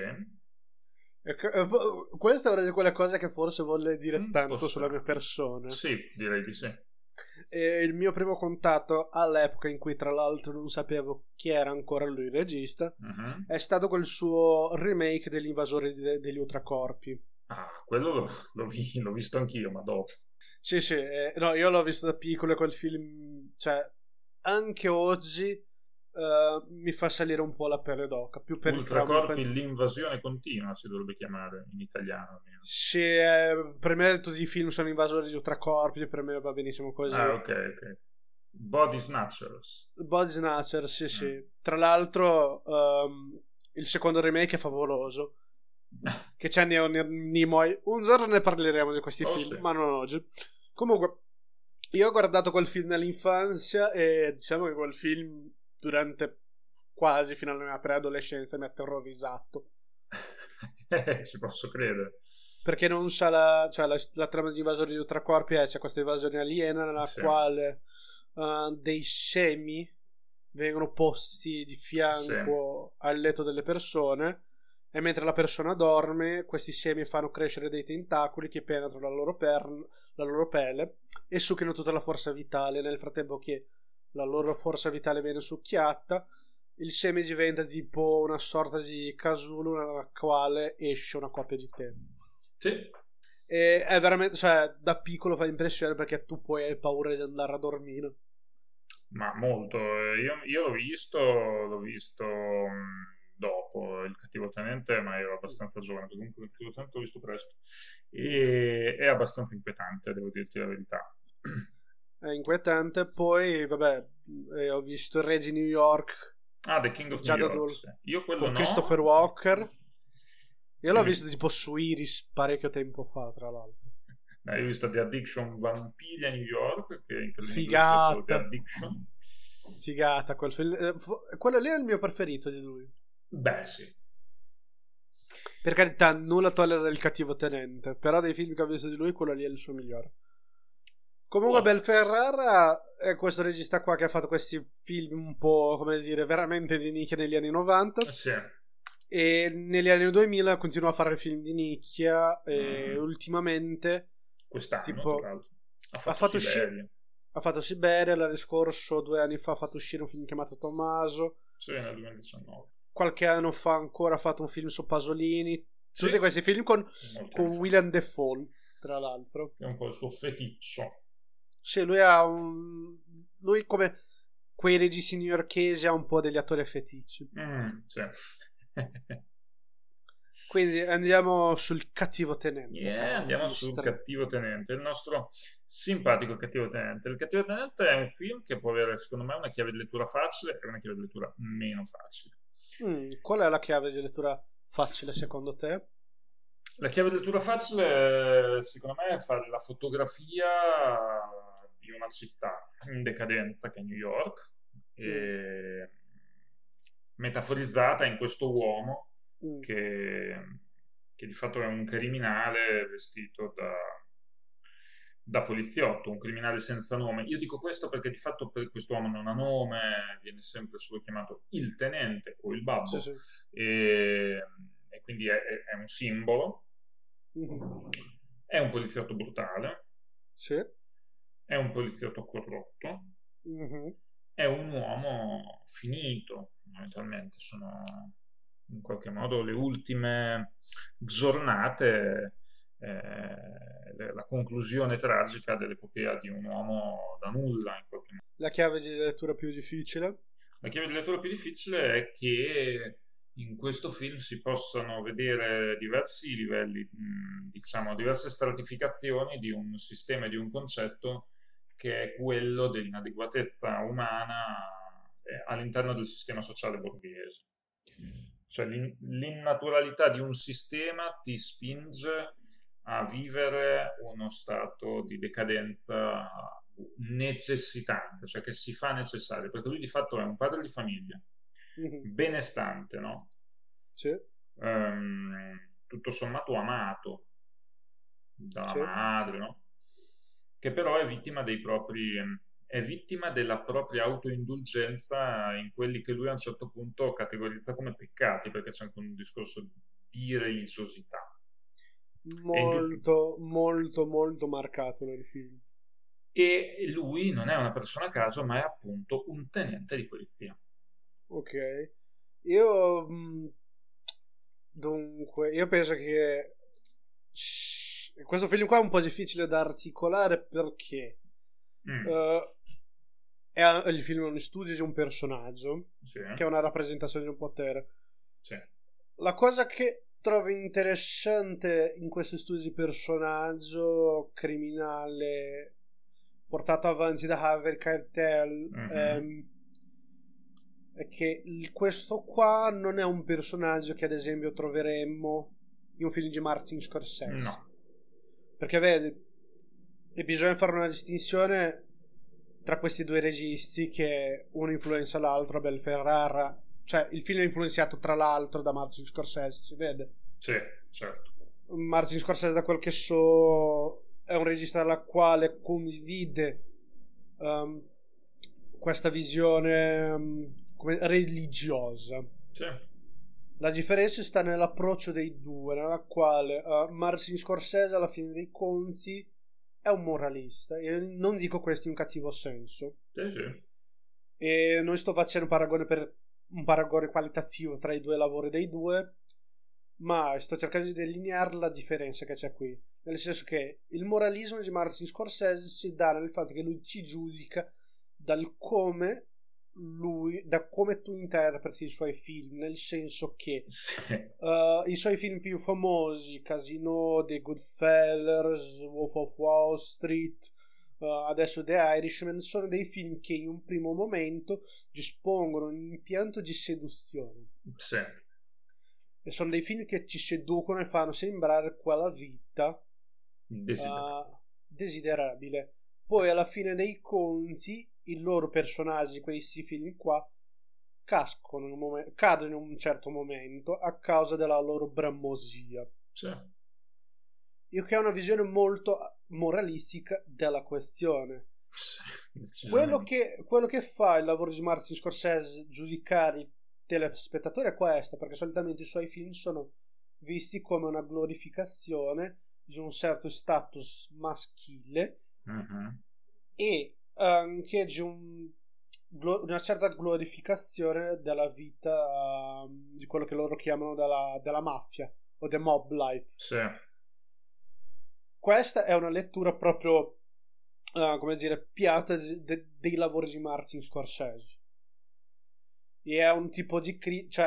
Questa è una di quelle cose che forse vuole dire tanto po' sulla mia strano. persona. Sì, direi di sì. E il mio primo contatto all'epoca, in cui tra l'altro non sapevo chi era ancora lui il regista, è stato quel suo remake degli invasori degli ultracorpi. Ah, quello l'ho visto anch'io, ma dopo. Sì, no, io l'ho visto da piccolo e quel film, cioè, anche oggi mi fa salire un po' la pelle d'oca. Più per Ultracorpi, l'invasione continua si dovrebbe chiamare in italiano. Sì, per me tutti i film sono invasori di ultracorpi, per me va benissimo così. Ah, ok. Body Snatchers. Body Snatchers, sì. Tra l'altro il secondo remake è favoloso. Che c'è Nimoy. Un giorno ne parleremo di questi film, sì. ma non oggi. Comunque, io ho guardato quel film nell'infanzia e diciamo che quel film durante quasi fino alla mia preadolescenza mi ha terrorizzato. Ci posso credere. Perché non sa la trama di invasori di ultracorpi c'è questa invasione aliena nella quale dei semi vengono posti di fianco al letto delle persone, e mentre la persona dorme questi semi fanno crescere dei tentacoli che penetrano la loro pelle e succhiano tutta la forza vitale. Nel frattempo che la loro forza vitale viene succhiata, il seme diventa tipo una sorta di casulo nella quale esce una coppia di te. Sì. E è veramente, cioè, da piccolo fa impressione, perché tu poi hai paura di andare a dormire. Ma molto. Io l'ho visto dopo Il Cattivo Tenente, ma ero abbastanza giovane, perché comunque Il Cattivo Tenente l'ho visto presto. E è abbastanza inquietante, devo dirti la verità. È inquietante. Poi, vabbè, ho visto il Re di New York. Ah, The King of New York. Sì. Io quello con Christopher Walker. Io l'ho visto tipo su Iris parecchio tempo fa, tra l'altro. Io ho visto The Addiction Vampiglia New York, che in figata. The Addiction. Figata quel film. Quello lì è il mio preferito di lui. Beh, sì. Per carità, nulla toglie del Cattivo Tenente, però dei film che ho visto di lui, quello lì è il suo migliore. Comunque Belferrara è questo regista qua che ha fatto questi film un po', come dire, veramente di nicchia negli anni 90. Sì. E negli anni 2000 continua a fare film di nicchia e ultimamente quest'anno tipo, tra l'altro ha fatto Siberia. Ha fatto Siberia l'anno scorso, 2 anni fa ha fatto uscire un film chiamato Tommaso. Sì, nel 2019. Qualche anno fa ancora ha fatto un film su Pasolini. Tutti questi film con Willem Dafoe, tra l'altro, che è un po' il suo feticcio. Sì, lui come quei registi newyorkesi ha un po' degli attori feticci. Sì. Quindi andiamo sul Cattivo Tenente. Andiamo sul Cattivo Tenente, il nostro simpatico Cattivo Tenente. Il Cattivo Tenente è un film che può avere, secondo me, una chiave di lettura facile e una chiave di lettura meno facile. Qual è la chiave di lettura facile secondo te? La chiave di lettura facile, secondo me, è fare la fotografia di una città in decadenza che è New York, e metaforizzata in questo uomo che di fatto è un criminale vestito da poliziotto, un criminale senza nome. Io dico questo perché di fatto quest'uomo non ha nome, viene sempre solo chiamato il tenente o il babbo, sì. E quindi è un simbolo. È un poliziotto brutale, sì. È un poliziotto corrotto, è un uomo finito, fondamentalmente sono in qualche modo le ultime giornate, la conclusione tragica dell'epopea di un uomo da nulla, in qualche modo. La chiave di lettura più difficile? La chiave di lettura più difficile è che in questo film si possano vedere diversi livelli, diciamo, diverse stratificazioni di un sistema e di un concetto che è quello dell'inadeguatezza umana all'interno del sistema sociale borghese. Cioè l'innaturalità di un sistema ti spinge a vivere uno stato di decadenza necessitante, cioè che si fa necessario, perché lui di fatto è un padre di famiglia, benestante, no? Sì. Tutto sommato amato dalla madre, no? Che però è vittima della propria autoindulgenza in quelli che lui a un certo punto categorizza come peccati, perché c'è anche un discorso di religiosità molto molto molto marcato nel film. e lui non è una persona a caso, ma è appunto un tenente di polizia. Ok. Io dunque, io penso che questo film qua è un po' difficile da articolare perché è il film è uno studio di un personaggio che è una rappresentazione di un potere. Sì. La cosa che trovo interessante in questo studio di personaggio criminale portato avanti da Harvey Keitel è che questo qua non è un personaggio che ad esempio troveremmo in un film di Martin Scorsese. No. Perché vedi, e bisogna fare una distinzione tra questi due registi, che uno influenza l'altro. Abel Ferrara, cioè il film è influenzato tra l'altro da Martin Scorsese, si vede? Sì, certo. Martin Scorsese, da quel che so, è un regista dalla quale condivide questa visione religiosa. Sì. La differenza sta nell'approccio dei due, nella quale Martin Scorsese alla fine dei conti è un moralista, e non dico questo in un cattivo senso. Sì. E non sto facendo un paragone qualitativo tra i due lavori dei due, ma sto cercando di delineare la differenza che c'è qui, nel senso che il moralismo di Martin Scorsese si dà nel fatto che lui ci giudica da come tu interpreti i suoi film, nel senso che i suoi film più famosi, Casino, The Goodfellas, Wolf of Wall Street, adesso The Irishman, sono dei film che in un primo momento dispongono un impianto di seduzione. Sì. E sono dei film che ci seducono e fanno sembrare quella vita desiderabile. Poi alla fine dei conti i loro personaggi, questi film qua, cadono in un certo momento a causa della loro bramosia. Sì. Io che ho una visione molto moralistica della questione. Sì, quello che fa il lavoro di Martin Scorsese giudicare i telespettatori è questo, perché solitamente i suoi film sono visti come una glorificazione di un certo status maschile e anche di una certa glorificazione della vita, di quello che loro chiamano della mafia o the mob life. Sì. Questa è una lettura proprio come dire piatta dei lavori di Martin Scorsese, e è un tipo di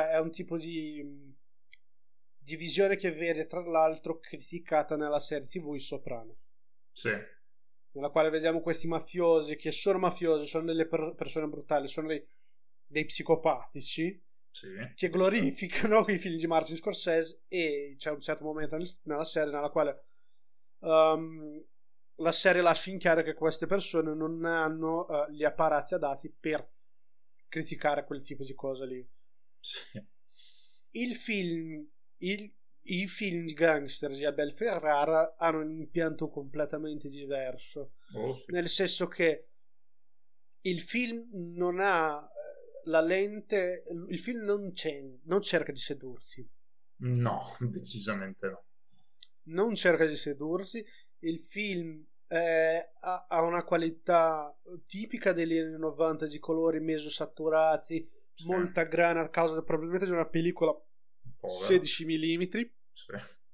visione che vede tra l'altro criticata nella serie TV I Soprano. Sì. Nella quale vediamo questi mafiosi che sono mafiosi, sono delle persone brutali, sono dei psicopatici, sì, che glorificano i film di Martin Scorsese, e c'è un certo momento nella serie nella quale la serie lascia in chiaro che queste persone non hanno gli apparati adatti per criticare quel tipo di cosa lì. Sì. I film di gangster di Abel Ferrara hanno un impianto completamente diverso, sì. Nel senso che il film non ha la lente, il film non cerca di sedursi. No, decisamente no. Non cerca di sedursi. Il film ha una qualità tipica degli anni 90, di colori mesosaturati, sì, molta grana, a causa probabilmente di una pellicola 16 mm, sì,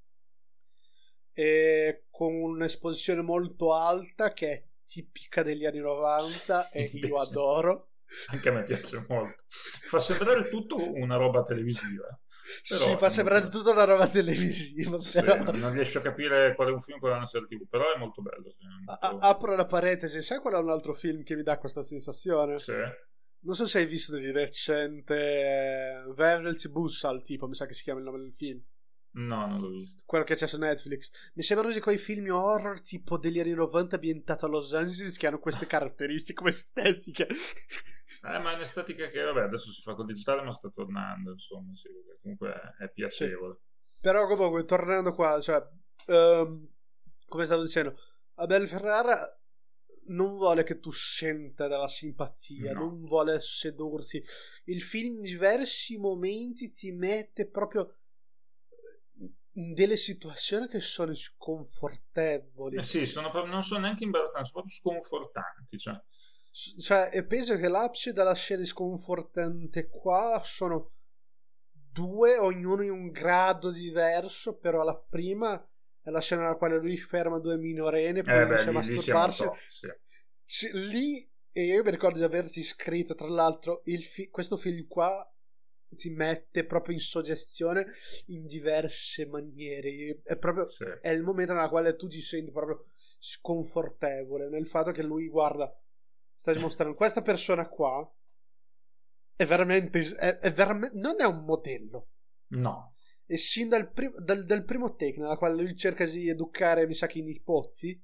e con un'esposizione molto alta che è tipica degli anni 90, sì, e io adoro. Anche a me piace molto. Fa sembrare tutto una roba televisiva. Però sì, fa sembrare tutto una roba televisiva. Sì, però non riesco a capire quale è un film, quale è una serie TV, però è molto bello. Sì, apro una parentesi, sai qual è un altro film che mi dà questa sensazione? Sì. Non so se hai visto di recente Werewolf Bussal, tipo, mi sa che si chiama il nome del film. No, non l'ho visto. Quello che c'è su Netflix. Mi sembra uno di quei film horror tipo degli anni 90 ambientato a Los Angeles, che hanno queste caratteristiche, queste estetiche. Ma è un'estetica che, vabbè, adesso si fa col digitale, ma sta tornando, insomma, sì, comunque è piacevole. Sì. Però comunque, tornando qua, cioè, come stavo dicendo, Abel Ferrara non vuole che tu senta della simpatia, no, non vuole sedurti. Il film in diversi momenti ti mette proprio in delle situazioni che sono sconfortevoli. Sì, non sono neanche imbarazzanti, sono proprio sconfortanti. Cioè, e penso che l'abside della scena sconfortante qua sono due, ognuno in un grado diverso, però la prima è la scena nella quale lui ferma due minorenni e poi inizia a masturbarsi. Sì, lì, e io mi ricordo di averti scritto, tra l'altro, questo film qua ti mette proprio in suggestione in diverse maniere. È proprio è il momento nel quale tu ti senti proprio sconfortevole nel fatto che lui, guarda, sta dimostrando questa persona qua è veramente non è un modello, no, e sin dal primo take nella quale lui cerca di educare, mi sa che i nipoti,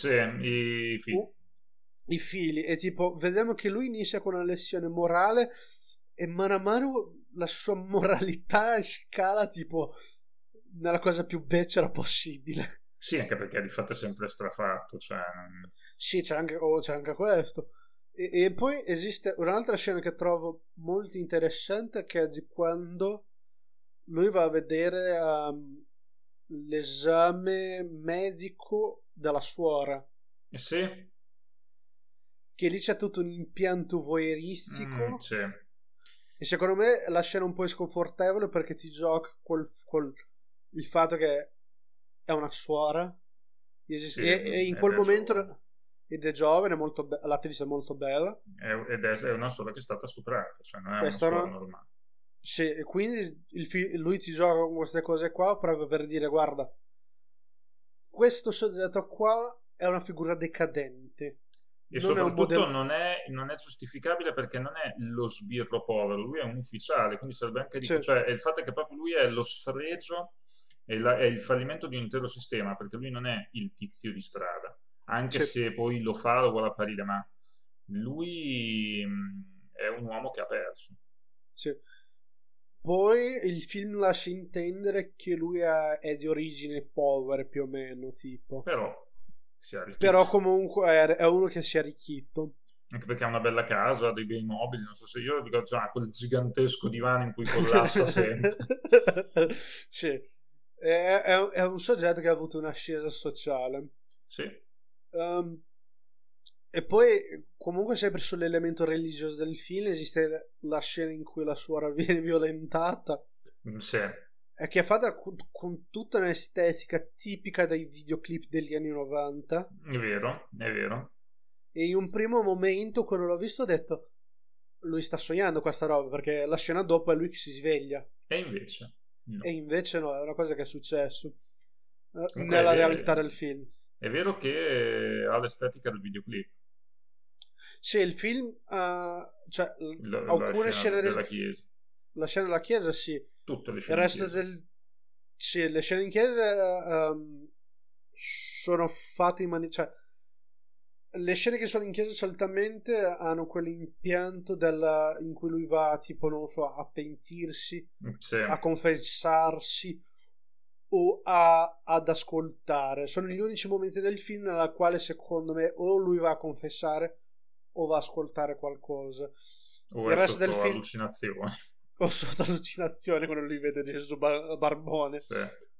i figli, e tipo vediamo che lui inizia con una lezione morale e mano a mano la sua moralità scala tipo nella cosa più becera possibile. Sì, anche perché di fatto è sempre strafatto, sì, c'è anche questo. E poi esiste un'altra scena che trovo molto interessante, che è di quando lui va a vedere l'esame medico della suora. Sì. Che lì c'è tutto un impianto voyeuristico. Sì. E secondo me la scena è un po' sconfortevole perché ti gioca col il fatto che è una suora. E in quel momento... Ed è giovane, l'attrice è molto bella. Ed è una suora che è stata stuprata, cioè non è una suora normale. Sì, e quindi lui ti gioca con queste cose qua proprio per dire, guarda, questo soggetto qua è una figura decadente. E soprattutto non è giustificabile perché non è lo sbirro povero, lui è un ufficiale, quindi serve anche di... Cioè il fatto è che proprio lui è lo sfregio, è il fallimento di un intero sistema, perché lui non è il tizio di strada. Anche se poi lo vuole apparire, ma lui è un uomo che ha perso. Sì. Poi il film lascia intendere che lui è di origini povere più o meno, tipo. Però comunque è uno che si è arricchito. Anche perché ha una bella casa, ha dei bei mobili, non so se io ricordo quel gigantesco divano in cui collassa sempre. Sì. È un soggetto che ha avuto un'ascesa sociale. Sì. E poi comunque sempre sull'elemento religioso del film esiste la scena in cui la suora viene violentata, e che è fatta con tutta un'estetica tipica dei videoclip degli anni 90. È vero. E in un primo momento quando l'ho visto ho detto lui sta sognando questa roba, perché la scena dopo è lui che si sveglia, e invece no, è una cosa che è successo nella realtà del film. È vero che ha l'estetica del videoclip. Sì, il film cioè alcune scene della chiesa. La scena della chiesa, sì. Tutte le scene il resto sì, le scene in chiesa sono fatte in maniera, cioè le scene che sono in chiesa solitamente hanno quell'impianto in cui lui va tipo, non so, a pentirsi, a confessarsi o ad ascoltare. Sono gli unici momenti del film nella quale secondo me o lui va a confessare o va a ascoltare qualcosa. O il resto del film allucinazione. O sotto allucinazione quando lui vede Gesù barbone. Sì.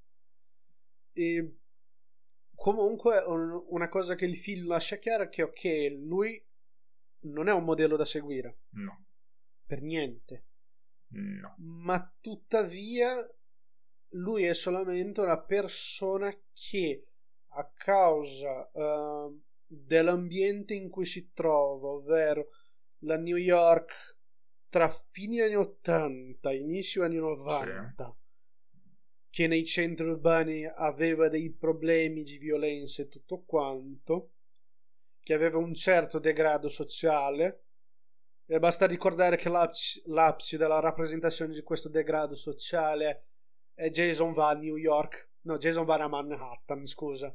E comunque una cosa che il film lascia chiaro è che ok, lui non è un modello da seguire. No. Per niente. No. Ma tuttavia lui è solamente una persona che a causa dell'ambiente in cui si trova, ovvero la New York tra fine anni 80 e inizio anni 90, che nei centri urbani aveva dei problemi di violenza e tutto quanto, che aveva un certo degrado sociale, e basta ricordare che l'abside della rappresentazione di questo degrado sociale è Jason va a New York, no, Jason va a Manhattan, scusa,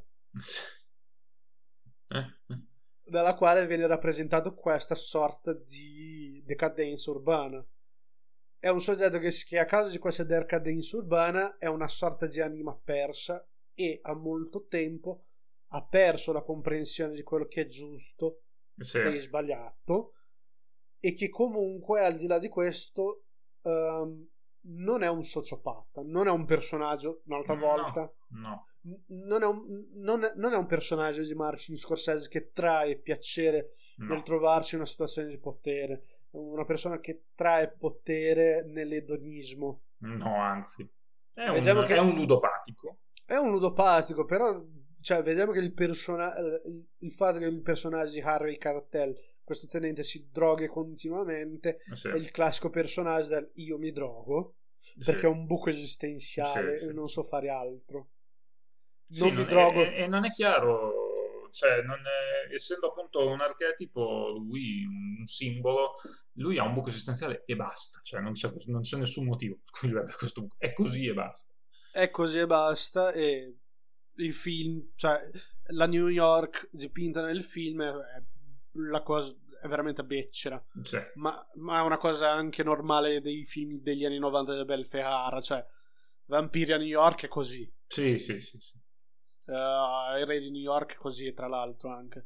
dalla quale viene rappresentato questa sorta di decadenza urbana. È un soggetto che a causa di questa decadenza urbana è una sorta di anima persa e a molto tempo ha perso la comprensione di quello che è giusto e sbagliato, e che comunque al di là di questo non è un sociopata, non è un personaggio, un'altra volta, No. non è un personaggio di Martin Scorsese che trae piacere nel trovarsi in una situazione di potere, è una persona che trae potere nell'edonismo. No, anzi, è Vediamo un ludopatico. È un ludopatico, però cioè, vediamo che il fatto che il personaggio di Harvey Keitel, questo tenente, si droghi continuamente, Sì. è il classico personaggio del io mi drogo perché ho un buco esistenziale e non so fare altro. Non mi drogo. E non è chiaro, cioè, essendo appunto un archetipo, lui un simbolo, lui ha un buco esistenziale e basta, cioè non c'è nessun motivo per cui lui abbia questo buco. È così e basta. È così e basta. E il film, cioè la New York dipinta nel film la cosa è veramente becera, sì. ma è una cosa anche normale dei film degli anni 90 di Abel Ferrara, cioè Vampiri a New York è così, sì. il Re di New York è così, tra l'altro, anche.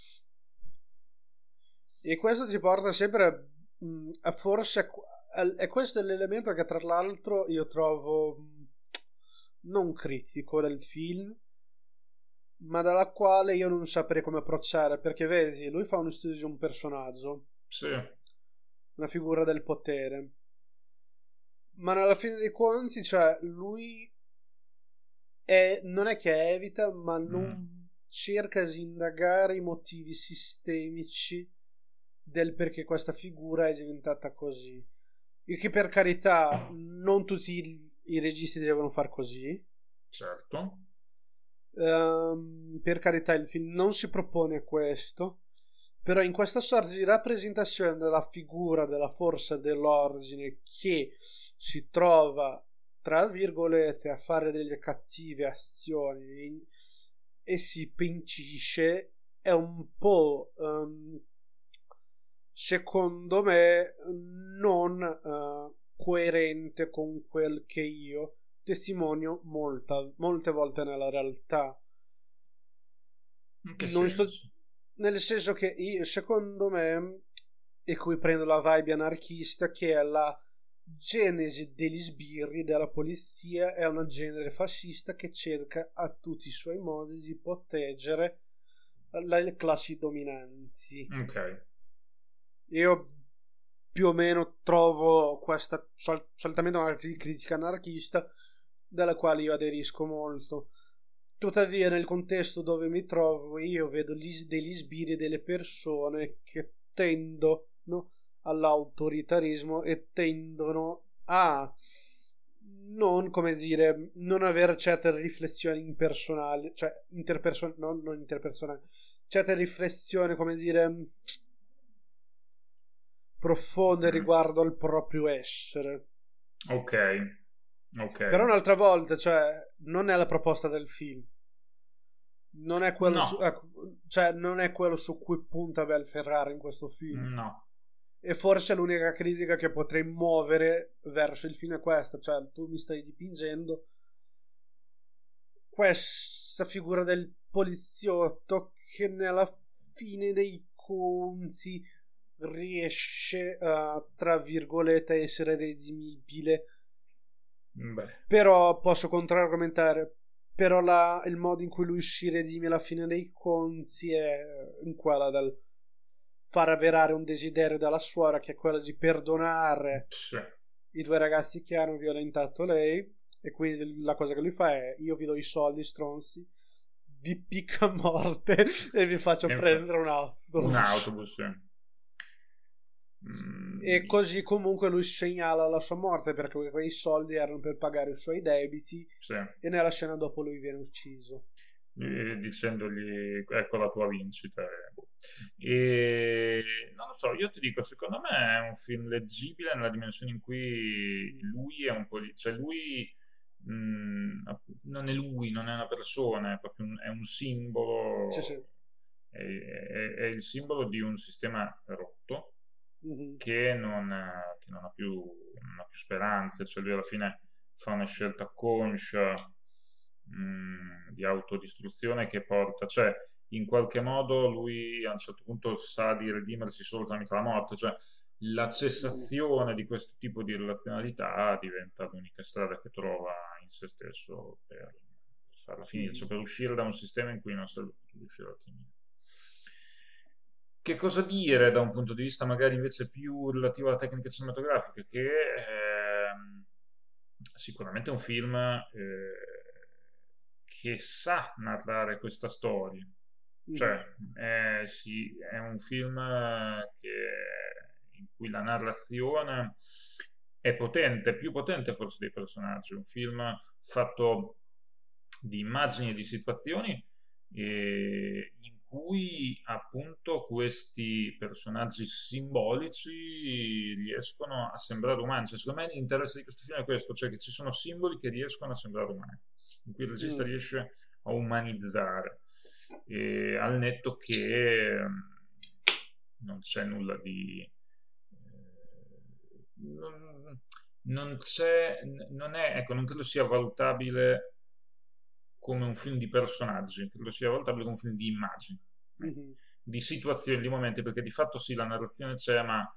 E questo ti porta sempre a forse e questo è l'elemento che tra l'altro io trovo non critico del film, ma dalla quale io non saprei come approcciare, perché vedi, lui fa uno studio di un personaggio, sì, una figura del potere, ma alla fine dei conti, cioè, lui non è che evita, ma non cerca di indagare i motivi sistemici del perché questa figura è diventata così. Il che, per carità, non tutti i registi devono far così, certo. Per carità, il film non si propone questo, però in questa sorta di rappresentazione della figura della forza dell'ordine che si trova tra virgolette a fare delle cattive azioni e si pentisce, è un po' secondo me non coerente con quel che io testimonio molte volte nella realtà. Nel senso che secondo me, e qui prendo la vibe anarchista, che è la genesi degli sbirri della polizia, è una genere fascista che cerca a tutti i suoi modi di proteggere le classi dominanti. Ok. Io più o meno trovo questa solitamente una critica anarchista dalla quale io aderisco molto. Tuttavia, nel contesto dove mi trovo, io vedo degli sbirri delle persone che tendono all'autoritarismo e tendono a non, come dire, non avere certe riflessioni impersonali, cioè non interpersonali, certe riflessioni, come dire, profonde riguardo al proprio essere. Ok. Però un'altra volta, cioè, non è la proposta del film, non è quello non è quello su cui punta Bel Ferrara in questo film. No. E forse l'unica critica che potrei muovere verso il film è questa, cioè tu mi stai dipingendo questa figura del poliziotto che nella fine dei conti riesce a, tra virgolette, essere redimibile. Però posso controargomentare, però il modo in cui lui si redime alla fine dei conti è in quella del far avverare un desiderio dalla suora, che è quello di perdonare i due ragazzi che hanno violentato lei, e quindi la cosa che lui fa è: io vi do i soldi, stronzi, vi picco a morte e vi faccio prendere un autobus. E così comunque lui segnala la sua morte, perché quei soldi erano per pagare i suoi debiti, e nella scena dopo lui viene ucciso dicendogli ecco la tua vincita. E non lo so, io ti dico, secondo me è un film leggibile nella dimensione in cui lui è un po', cioè lui non è lui, non è una persona, è proprio è un simbolo. sì. È il simbolo di un sistema rotto, che non ha più speranze, cioè lui alla fine fa una scelta conscia di autodistruzione che porta, cioè in qualche modo lui a un certo punto sa di redimersi solo tramite la morte, cioè la cessazione di questo tipo di relazionalità diventa l'unica strada che trova in se stesso per farla finire, cioè per uscire da un sistema in cui non sarebbe potuto uscire altrimenti. Che cosa dire da un punto di vista magari invece più relativo alla tecnica cinematografica? Che sicuramente è un film che sa narrare questa storia, cioè sì, è un film in cui la narrazione è potente, più potente forse dei personaggi, un film fatto di immagini e di situazioni in cui appunto questi personaggi simbolici riescono a sembrare umani, cioè secondo me l'interesse di questo film è questo, cioè che ci sono simboli che riescono a sembrare umani, in cui il regista riesce a umanizzare, al netto che non c'è nulla di non credo sia valutabile come un film di personaggi, credo sia valutabile come un film di immagini, di situazioni, di momenti, perché di fatto sì, la narrazione c'è, ma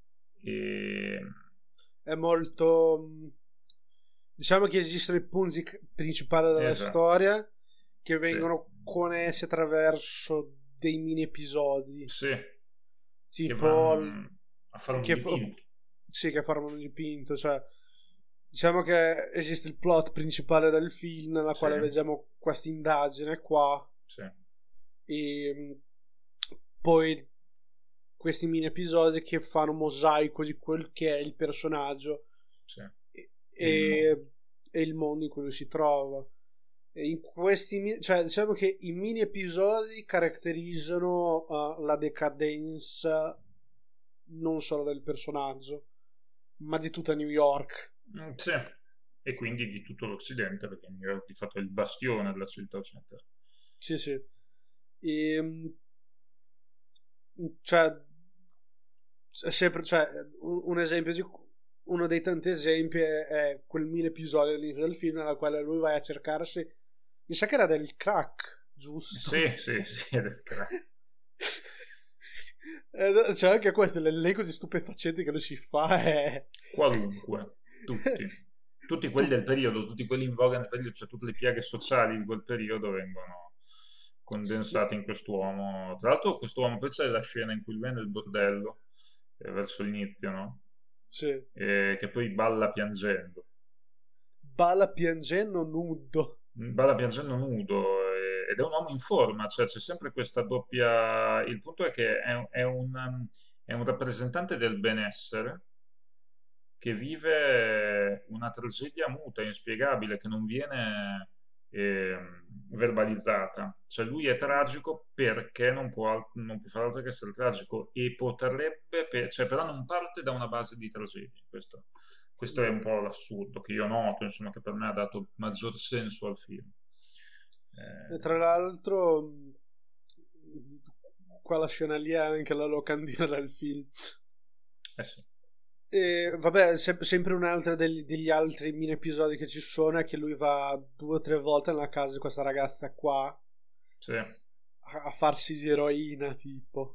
è molto, diciamo che esistono i punti principali della storia che vengono connessi attraverso dei mini episodi, tipo che vanno a fare un dipinto. Che formano un dipinto, cioè diciamo che esiste il plot principale del film nella quale vediamo questa indagine qua, e poi questi mini episodi che fanno mosaico di quel che è il personaggio e il mondo in cui lui si trova. E in questi, cioè diciamo che i mini episodi caratterizzano la decadenza non solo del personaggio, ma di tutta New York. E quindi di tutto l'Occidente, perché New York di fatto è il bastione della civiltà occidentale. Cioè è sempre, cioè un esempio di uno dei tanti esempi è quel mini episodio all'inizio del film nella quale lui va a cercarsi, mi sa che era del crack, giusto? Sì, del crack. Cioè anche questo, l'elenco di stupefacenti che lui si fa è qualunque, tutti quelli del periodo, tutti quelli in voga nel periodo, cioè tutte le piaghe sociali di quel periodo vengono condensate in quest'uomo. Tra l'altro quest'uomo, poi c'è la scena in cui lui è nel bordello verso l'inizio, no? Che poi balla piangendo nudo, ed è un uomo in forma, cioè c'è sempre questa doppia. Il punto è che è un rappresentante del benessere che vive una tragedia muta, inspiegabile, che non viene verbalizzata. Cioè lui è tragico perché non può fare altro che essere tragico, e potrebbe, cioè però non parte da una base di tragedia. Questo è un po' l'assurdo che io noto, insomma, che per me ha dato maggior senso al film. E tra l'altro quella scena lì è anche la locandina del film. E vabbè, sempre un'altra degli altri mini episodi che ci sono è che lui va 2 o 3 volte nella casa di questa ragazza qua a farsi di eroina, tipo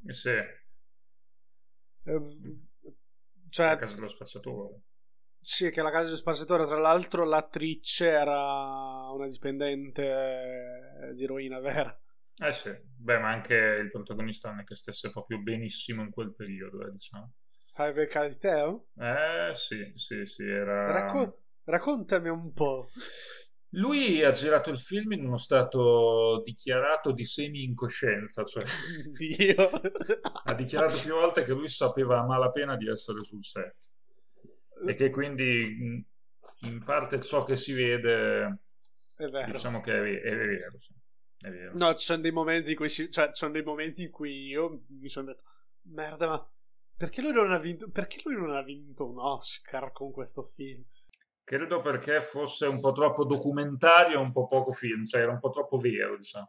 cioè la casa dello spacciatore. Sì, che la casa dello spacciatore, tra l'altro l'attrice era una dipendente di eroina vera. Beh, ma anche il protagonista non è che stesse proprio benissimo in quel periodo, diciamo. Hai beccato di Teo? Sì, era. Raccontami un po'. Lui ha girato il film in uno stato dichiarato di semi-incoscienza, cioè Dio. Ha dichiarato più volte che lui sapeva a malapena di essere sul set, e che quindi in parte ciò che si vede è vero. Diciamo che è vero, sì. È vero. No, ci sono dei momenti in cui io mi sono detto merda, ma perché lui non ha vinto un Oscar con questo film? Credo perché fosse un po' troppo documentario e un po' poco film, cioè era un po' troppo vero, diciamo.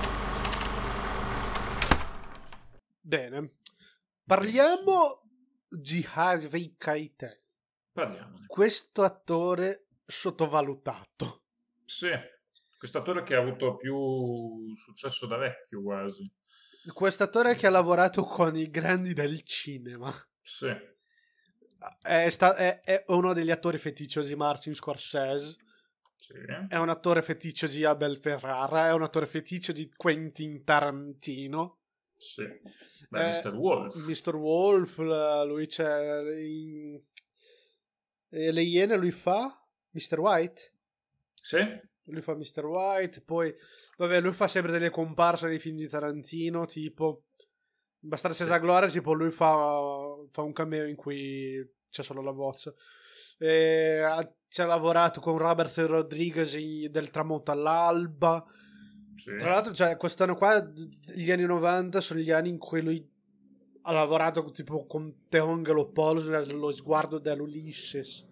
Bene, parliamo Harvey Keitel. Parliamone. Questo attore sottovalutato. Sì, questo attore che ha avuto più successo da vecchio quasi. Quest'attore che ha lavorato con i grandi del cinema. Sì. È uno degli attori feticcio di Martin Scorsese. Sì. È un attore feticcio di Abel Ferrara. È un attore feticcio di Quentin Tarantino. Sì. Beh, Mr. Wolf. Mr. Wolf, lui c'è Le Iene, lui fa Mr. White. Sì. Lui fa Mr. White, poi vabbè, lui fa sempre delle comparse nei film di Tarantino, tipo Bastardi senza gloria, tipo lui fa un cameo in cui c'è solo la voce. Ci ha lavorato con Robert Rodriguez del Tramonto all'alba. Sì. Tra l'altro, cioè, quest'anno qua, gli anni 90 sono gli anni in cui lui ha lavorato tipo con Teo Angelopoulos nello Sguardo dell'Ulysses.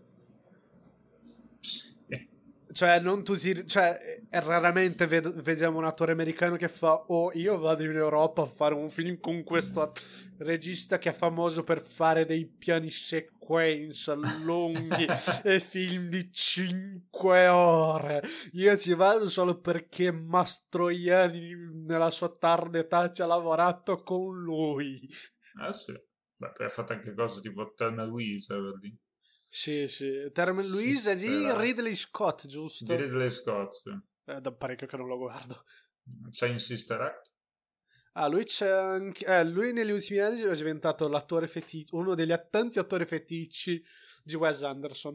Cioè, non tutti, cioè, raramente vediamo un attore americano che fa io vado in Europa a fare un film con questo regista che è famoso per fare dei piani sequenza lunghi e film di 5 ore. Io ci vado solo perché Mastroianni nella sua tarda età ci ha lavorato con lui. Ah sì. Beh, poi ha fatto anche cose tipo Thelma Louise, vedi? Sì. Thelma Louise è di Ridley Scott, giusto? Di Ridley Scott, sì. Da parecchio che non lo guardo. C'è in Sister Act? Lui c'è anche. Lui negli ultimi anni è diventato l'attore feticcio, uno degli tanti attori feticci di Wes Anderson.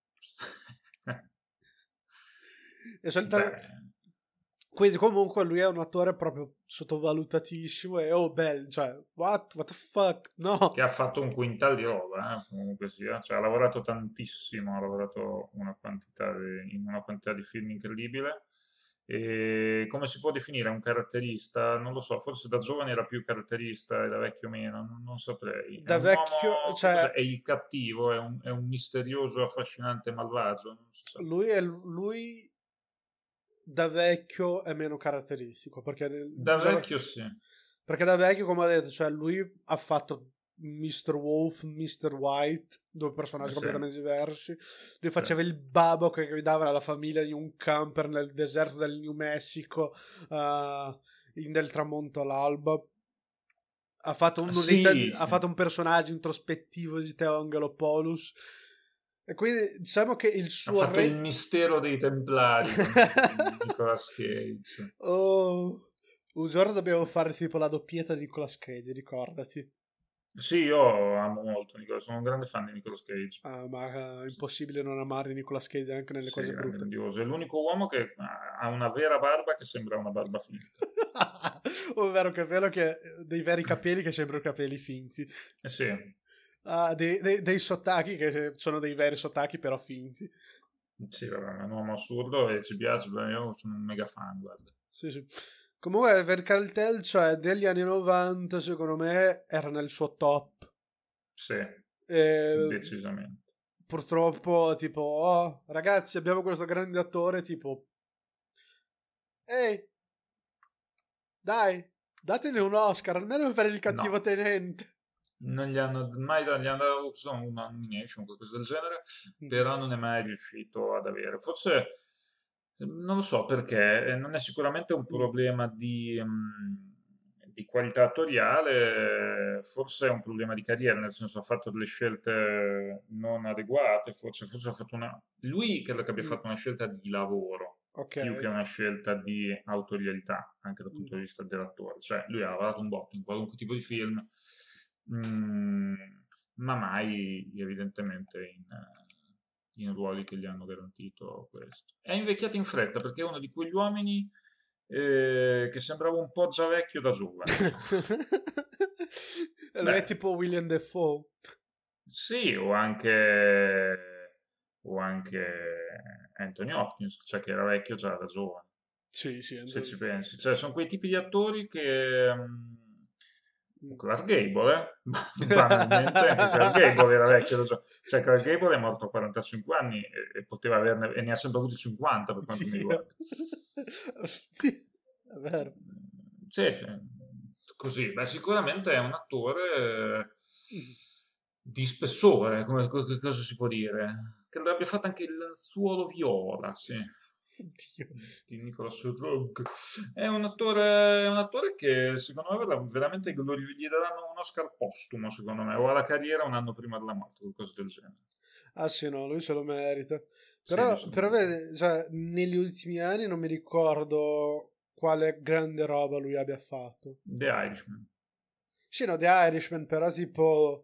E solitamente. Quindi comunque lui è un attore proprio sottovalutatissimo e bello, cioè what the fuck, no, che ha fatto un quintal di roba, comunque sia, cioè ha lavorato tantissimo, ha lavorato in una quantità di film incredibile. E come si può definire un caratterista? Non lo so, forse da giovane era più caratterista e da vecchio meno, non saprei. Da è un vecchio, uomo, cioè, è il cattivo, è un misterioso, affascinante malvagio, non si sa. lui da vecchio è meno caratteristico perché Vecchio sì, perché da vecchio, come ho detto, cioè lui ha fatto Mr. Wolf, Mr. White, due personaggi completamente diversi. Lui faceva il babbo che guidava la famiglia in un camper nel deserto del New Mexico, del tramonto all'alba. Ha fatto ha fatto un personaggio introspettivo di Teo Angelopoulos. E quindi diciamo che il suo ha fatto il mistero dei Templari con Nicolas Cage. Un giorno dobbiamo fare tipo la doppietta di Nicolas Cage, ricordati. Sì, io amo molto Nicolas, sono un grande fan di Nicolas Cage. Ma è impossibile non amare Nicolas Cage anche nelle cose brutte. Grandioso. È l'unico uomo che ha una vera barba che sembra una barba finta. Ovvero che è vero che dei veri capelli che sembrano capelli finti. Sì. Dei sottaki che sono dei veri sottaki però finti. Sì, è un uomo assurdo e ci piace, io sono un mega fan, guarda. Sì. Comunque per Keitel, cioè degli anni 90 secondo me era nel suo top. Sì, decisamente. Purtroppo tipo ragazzi abbiamo questo grande attore tipo ehi dai datene un Oscar almeno per il cattivo tenente. Non gli hanno mai dato una nomination, qualcosa del genere, però non è mai riuscito ad avere. Forse, non lo so perché, non è sicuramente un problema di qualità attoriale, forse è un problema di carriera, nel senso ha fatto delle scelte non adeguate, forse ha fatto lui credo che abbia fatto una scelta di lavoro. Più che una scelta di autorialità, anche dal punto di vista dell'attore. Cioè, lui ha lavorato un botto in qualunque tipo di film, ma mai evidentemente in ruoli che gli hanno garantito questo. È invecchiato in fretta perché è uno di quegli uomini che sembrava un po' già vecchio da giovane. Lui è tipo William Dafoe. Sì, o anche Anthony Hopkins, cioè che era vecchio già da giovane. Sì, se ci pensi, cioè sono quei tipi di attori che Clark Gable, banalmente anche Clark Gable era vecchio da giovane. Cioè Clark Gable è morto a 45 anni e poteva averne, e ne ha sempre avuti 50 per quanto mi riguarda. Sì, è vero. Sì, così, beh, sicuramente è un attore di spessore, cosa si può dire? Credo abbia fatto anche il lenzuolo viola, sì. Oddio. Di Nicolas Roeg. È un attore che secondo me veramente gli daranno un Oscar postumo, secondo me, o alla carriera un anno prima della morte, qualcosa del genere. Ah sì, no, lui se lo merita. Sì, lui Però vedi, cioè, negli ultimi anni non mi ricordo quale grande roba lui abbia fatto. The Irishman. Sì, no, The Irishman, però tipo...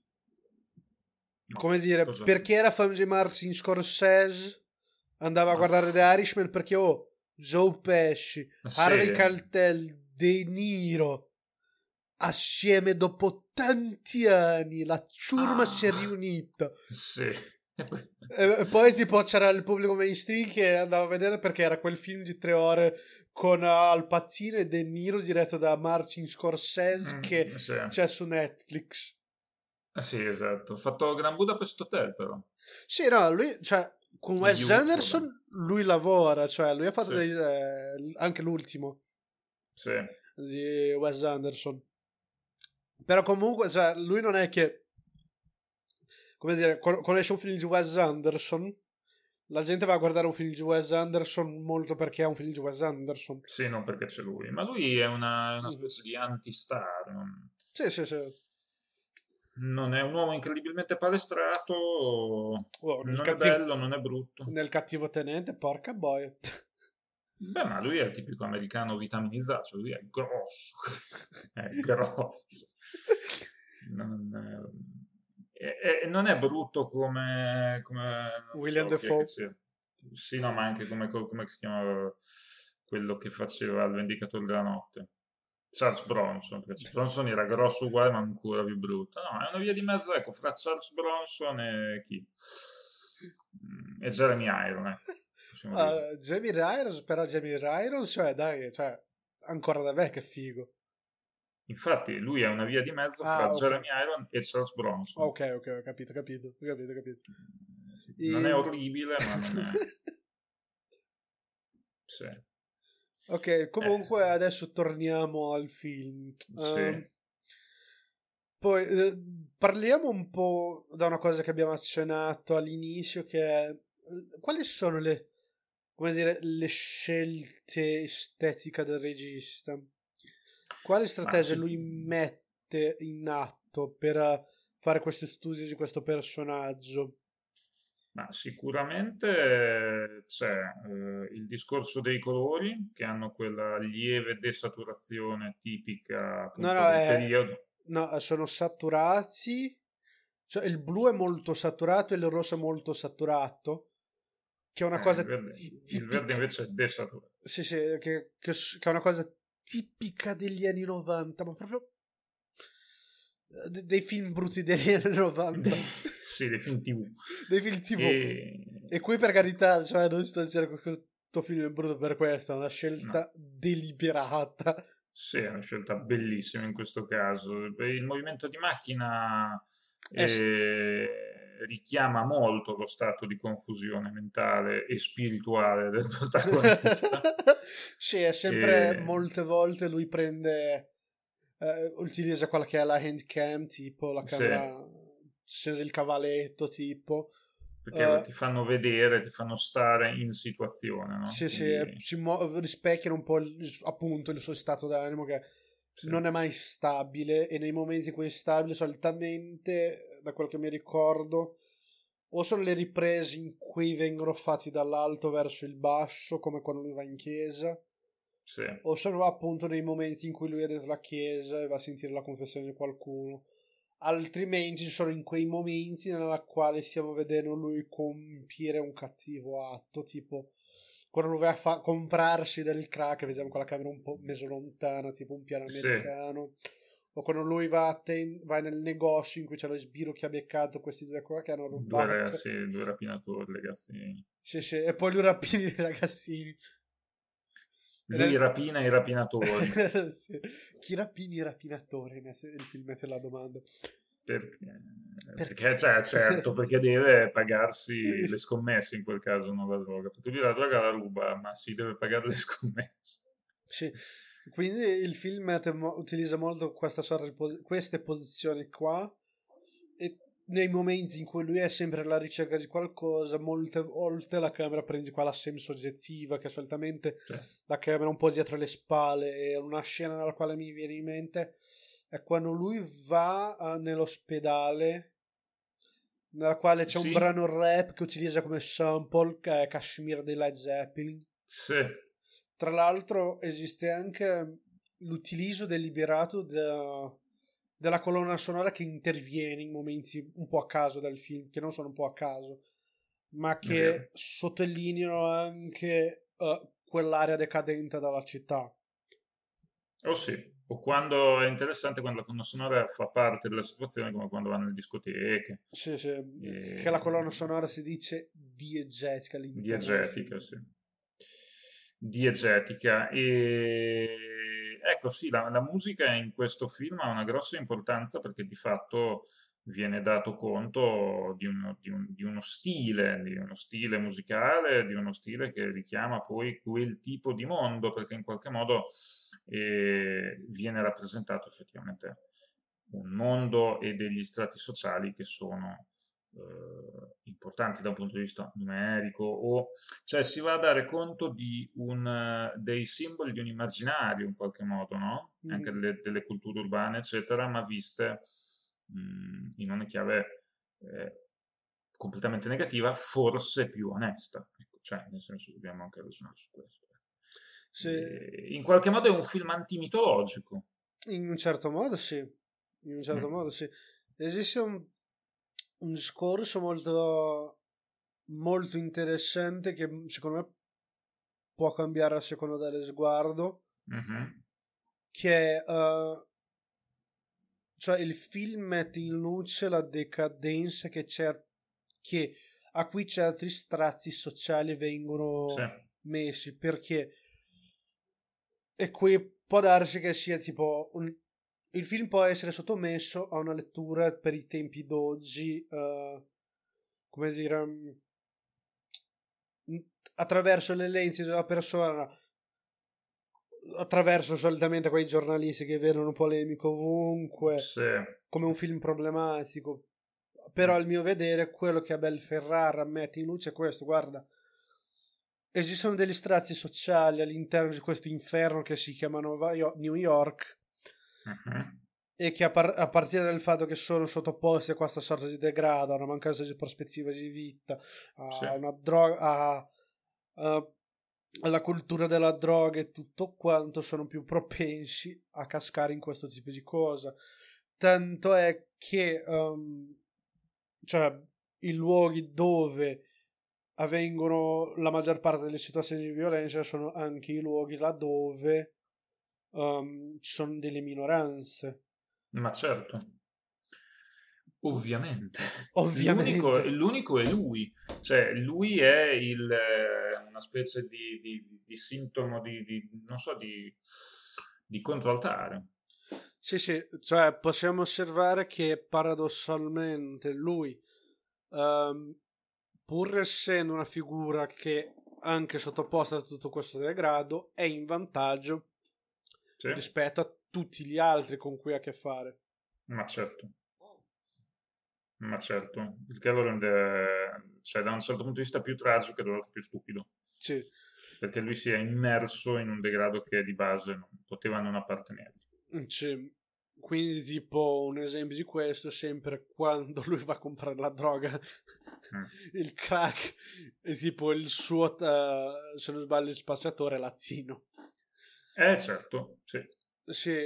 Come dire, Cosa? perché era fan di Martin Scorsese, andava a guardare The Irishman perché, Joe Pesci, Sì. Harvey Keitel, De Niro, assieme dopo tanti anni, la ciurma si è riunita. Sì. E poi tipo c'era il pubblico mainstream che andava a vedere perché era quel film di 3 ore con Al Pacino e De Niro diretto da Martin Scorsese che sì. c'è su Netflix. Sì, esatto. Ha fatto Grand Budapest Hotel, però. Sì, no, lui, cioè, con Wes Anderson lui lavora, cioè, lui ha fatto anche l'ultimo. Sì. Di Wes Anderson. Però comunque, cioè, lui non è che, come dire, conosce un film di Wes Anderson, la gente va a guardare un film di Wes Anderson molto perché è un film di Wes Anderson. Sì, non perché c'è lui. Ma lui è una specie di anti-star. Sì, sì, sì. Non è un uomo incredibilmente palestrato, non è bello, non è brutto. Nel Cattivo Tenente, porca boia. Beh, ma lui è il tipico americano vitaminizzato, cioè lui è grosso, è grosso. Non è brutto come William Dafoe. sì, no, ma anche come si chiamava quello che faceva il Vendicatore della Notte. Charles Bronson, perché Bronson era grosso uguale ma ancora più brutto. No, è una via di mezzo, ecco, fra Charles Bronson e chi? E Jeremy Irons, Jeremy Irons, però Jeremy Irons, cioè dai, cioè, ancora da me che figo. Infatti lui è una via di mezzo fra Jeremy Irons e Charles Bronson. Ok, ho capito. Non è orribile, ma non è... Sì. Ok, comunque adesso torniamo al film. Sì. Poi parliamo un po' da una cosa che abbiamo accennato all'inizio, che è quali sono le scelte estetiche del regista? Quale strategia lui mette in atto per fare questo studio di questo personaggio? Ma sicuramente c'è il discorso dei colori che hanno quella lieve desaturazione tipica appunto del periodo. No, sono saturati. Cioè, il blu è molto saturato e il rosso è molto saturato. Che è una cosa il verde invece è desaturato. Sì, che è una cosa tipica degli anni 90, ma proprio dei film brutti degli anni 90. Sì, dei film TV. Dei film TV. E qui per carità, cioè, non sto dicendo che questo film è brutto per questo, è una scelta deliberata. Sì, è una scelta bellissima in questo caso. Il movimento di macchina richiama molto lo stato di confusione mentale e spirituale del protagonista. Sì, è sempre molte volte lui prende utilizza quella che è la handcam, tipo la camera scesa il cavaletto, tipo perché ti fanno vedere, ti fanno stare in situazione, no? Sì, rispecchiano un po' appunto il suo stato d'animo che non è mai stabile, e nei momenti in cui è stabile solitamente, da quello che mi ricordo, o sono le riprese in cui vengono fatti dall'alto verso il basso, come quando lui va in chiesa, o sono appunto nei momenti in cui lui è dentro la chiesa e va a sentire la confessione di qualcuno. Altrimenti ci sono in quei momenti nella quale stiamo vedendo lui compiere un cattivo atto, tipo quando lui va a comprarsi del crack, vediamo quella camera un po' messo lontana, tipo un piano americano, o quando lui va nel negozio in cui c'è lo sbirro che ha beccato questi due qua che hanno rubato. Due rapinatori, ragazzini. Sì, e poi lui rapina i ragazzini. Lui rapina i rapinatori. Sì. Chi rapina i rapinatori? Il film mette la domanda. Perché certo, perché deve pagarsi le scommesse in quel caso, non la droga. Perché lui la droga la ruba, ma si deve pagare le scommesse. Sì. Quindi il film utilizza molto questa sorta di queste posizioni qua, e nei momenti in cui lui è sempre alla ricerca di qualcosa, molte volte la camera prende quella semi-soggettiva, che solitamente la camera un po' dietro le spalle. E una scena nella quale mi viene in mente è quando lui va nell'ospedale, nella quale c'è un brano rap che utilizza come sample, che è Kashmir dei Led Zeppelin. Sì. Tra l'altro esiste anche l'utilizzo deliberato della colonna sonora che interviene in momenti un po' a caso del film, che non sono un po' a caso, ma che sottolineano anche quell'area decadente della città. Oh sì, o quando è interessante quando la colonna sonora fa parte della situazione, come quando vanno nelle discoteche. Sì, che la colonna sonora si dice diegetica. Diegetica, sì. Diegetica. E ecco, sì, la musica in questo film ha una grossa importanza perché di fatto viene dato conto di uno stile musicale, di uno stile che richiama poi quel tipo di mondo, perché in qualche modo viene rappresentato effettivamente un mondo e degli strati sociali che sono importanti da un punto di vista numerico, cioè si va a dare conto dei simboli di un immaginario in qualche modo, no? Anche delle culture urbane, eccetera, ma viste in una chiave completamente negativa, forse più onesta. Ecco, cioè, nel senso, dobbiamo anche ragionare su questo. Sì. In qualche modo è un film antimitologico. In un certo modo sì. In un certo modo sì. Esiste un discorso molto, molto interessante che secondo me può cambiare a seconda dello sguardo, che cioè il film mette in luce la decadenza a cui certi strati sociali vengono messi, perché e qui può darsi che sia tipo il film può essere sottomesso a una lettura per i tempi d'oggi, come dire, attraverso le lenti della persona, attraverso solitamente quei giornalisti che vedono polemico ovunque, come un film problematico. Però al mio vedere quello che Abel Ferrara mette in luce è questo: guarda, esistono degli strati sociali all'interno di questo inferno che si chiama New York, e che a partire dal fatto che sono sottoposti a questa sorta di degrado, a una mancanza di prospettiva di vita, a una droga, alla cultura della droga e tutto quanto, sono più propensi a cascare in questo tipo di cosa. Tanto è che cioè i luoghi dove avvengono la maggior parte delle situazioni di violenza sono anche i luoghi laddove ci sono delle minoranze. Ma certo, ovviamente. L'unico è lui, cioè lui è una specie di sintomo non so, di controaltare. Sì, cioè possiamo osservare che paradossalmente lui, pur essendo una figura che anche sottoposta a tutto questo degrado, è in vantaggio rispetto a tutti gli altri con cui ha a che fare. Ma certo, il che lo rende, cioè, da un certo punto di vista più tragico e dall'altro più stupido. Sì. Perché lui si è immerso in un degrado che di base non poteva non appartenergli. Sì. Quindi tipo un esempio di questo è sempre quando lui va a comprare la droga, il crack, è tipo il suo, se non sbaglio, il spaziatore latino. Certo, sì. Sì,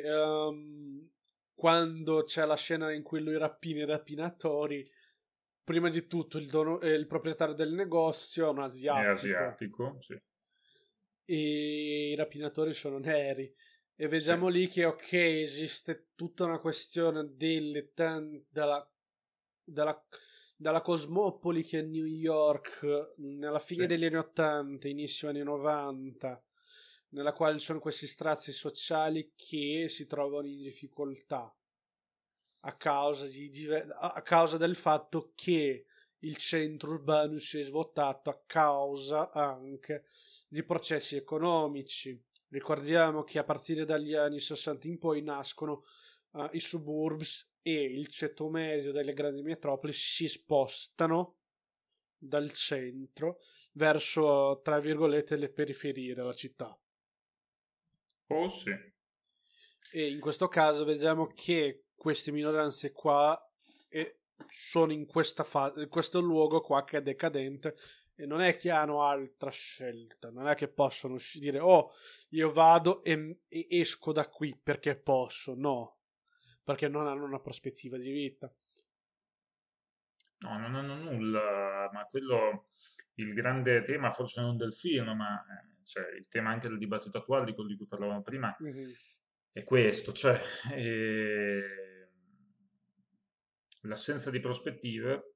quando c'è la scena in cui lui rapina i rapinatori, prima di tutto il proprietario del negozio è un asiatico. È asiatico, sì. E i rapinatori sono neri. E vediamo lì che ok, esiste tutta una questione della cosmopoli che è New York nella fine degli anni 80, inizio anni 90, nella quale ci sono questi strazi sociali che si trovano in difficoltà a causa del fatto che il centro urbano si è svuotato a causa anche di processi economici. Ricordiamo che a partire dagli anni 60 in poi nascono i suburbs e il ceto medio delle grandi metropoli si spostano dal centro verso, tra virgolette, le periferie della città. Oh sì. E in questo caso vediamo che queste minoranze qua sono in questa in questo luogo qua che è decadente, e non è che hanno altra scelta, non è che possono dire oh io vado e esco da qui perché posso, no, perché non hanno una prospettiva di vita. No, non hanno nulla, ma quello il grande tema, forse non del film, ma cioè, il tema anche del dibattito attuale, di quello di cui parlavamo prima, è questo, cioè l'assenza di prospettive.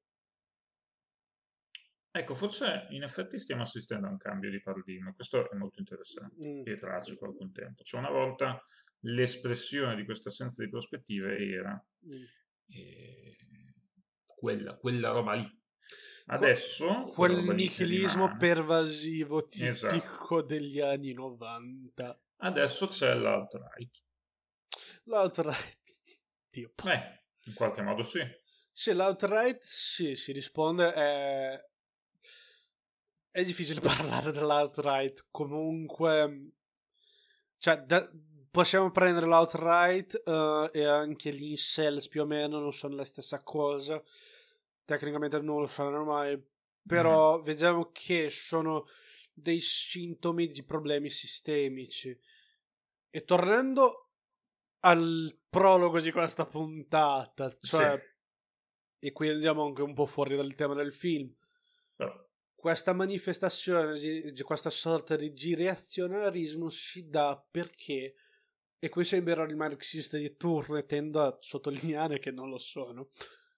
Ecco, forse in effetti stiamo assistendo a un cambio di paradigma, questo è molto interessante e tragico al contempo. Cioè una volta l'espressione di questa assenza di prospettive era quella roba lì. Adesso quella quel roba lì nichilismo rimane. pervasivo tipico Esatto. degli anni 90. Adesso c'è l'alt-right. L'alt-right, Dio. In qualche modo sì. Sì, l'alt-right sì, si risponde. È difficile parlare dell'alt-right. Comunque, cioè, possiamo prendere l'alt-right e anche gli incels più o meno non sono la stessa cosa. Tecnicamente non lo saranno mai. Però vediamo che sono dei sintomi di problemi sistemici. E tornando al prologo di questa puntata, cioè, Sì. e qui andiamo anche un po' fuori dal tema del film, Però, questa manifestazione di questa sorta di reazionarismo si dà perché, e qui sembrerò il marxista di turno e tendo a sottolineare che non lo sono,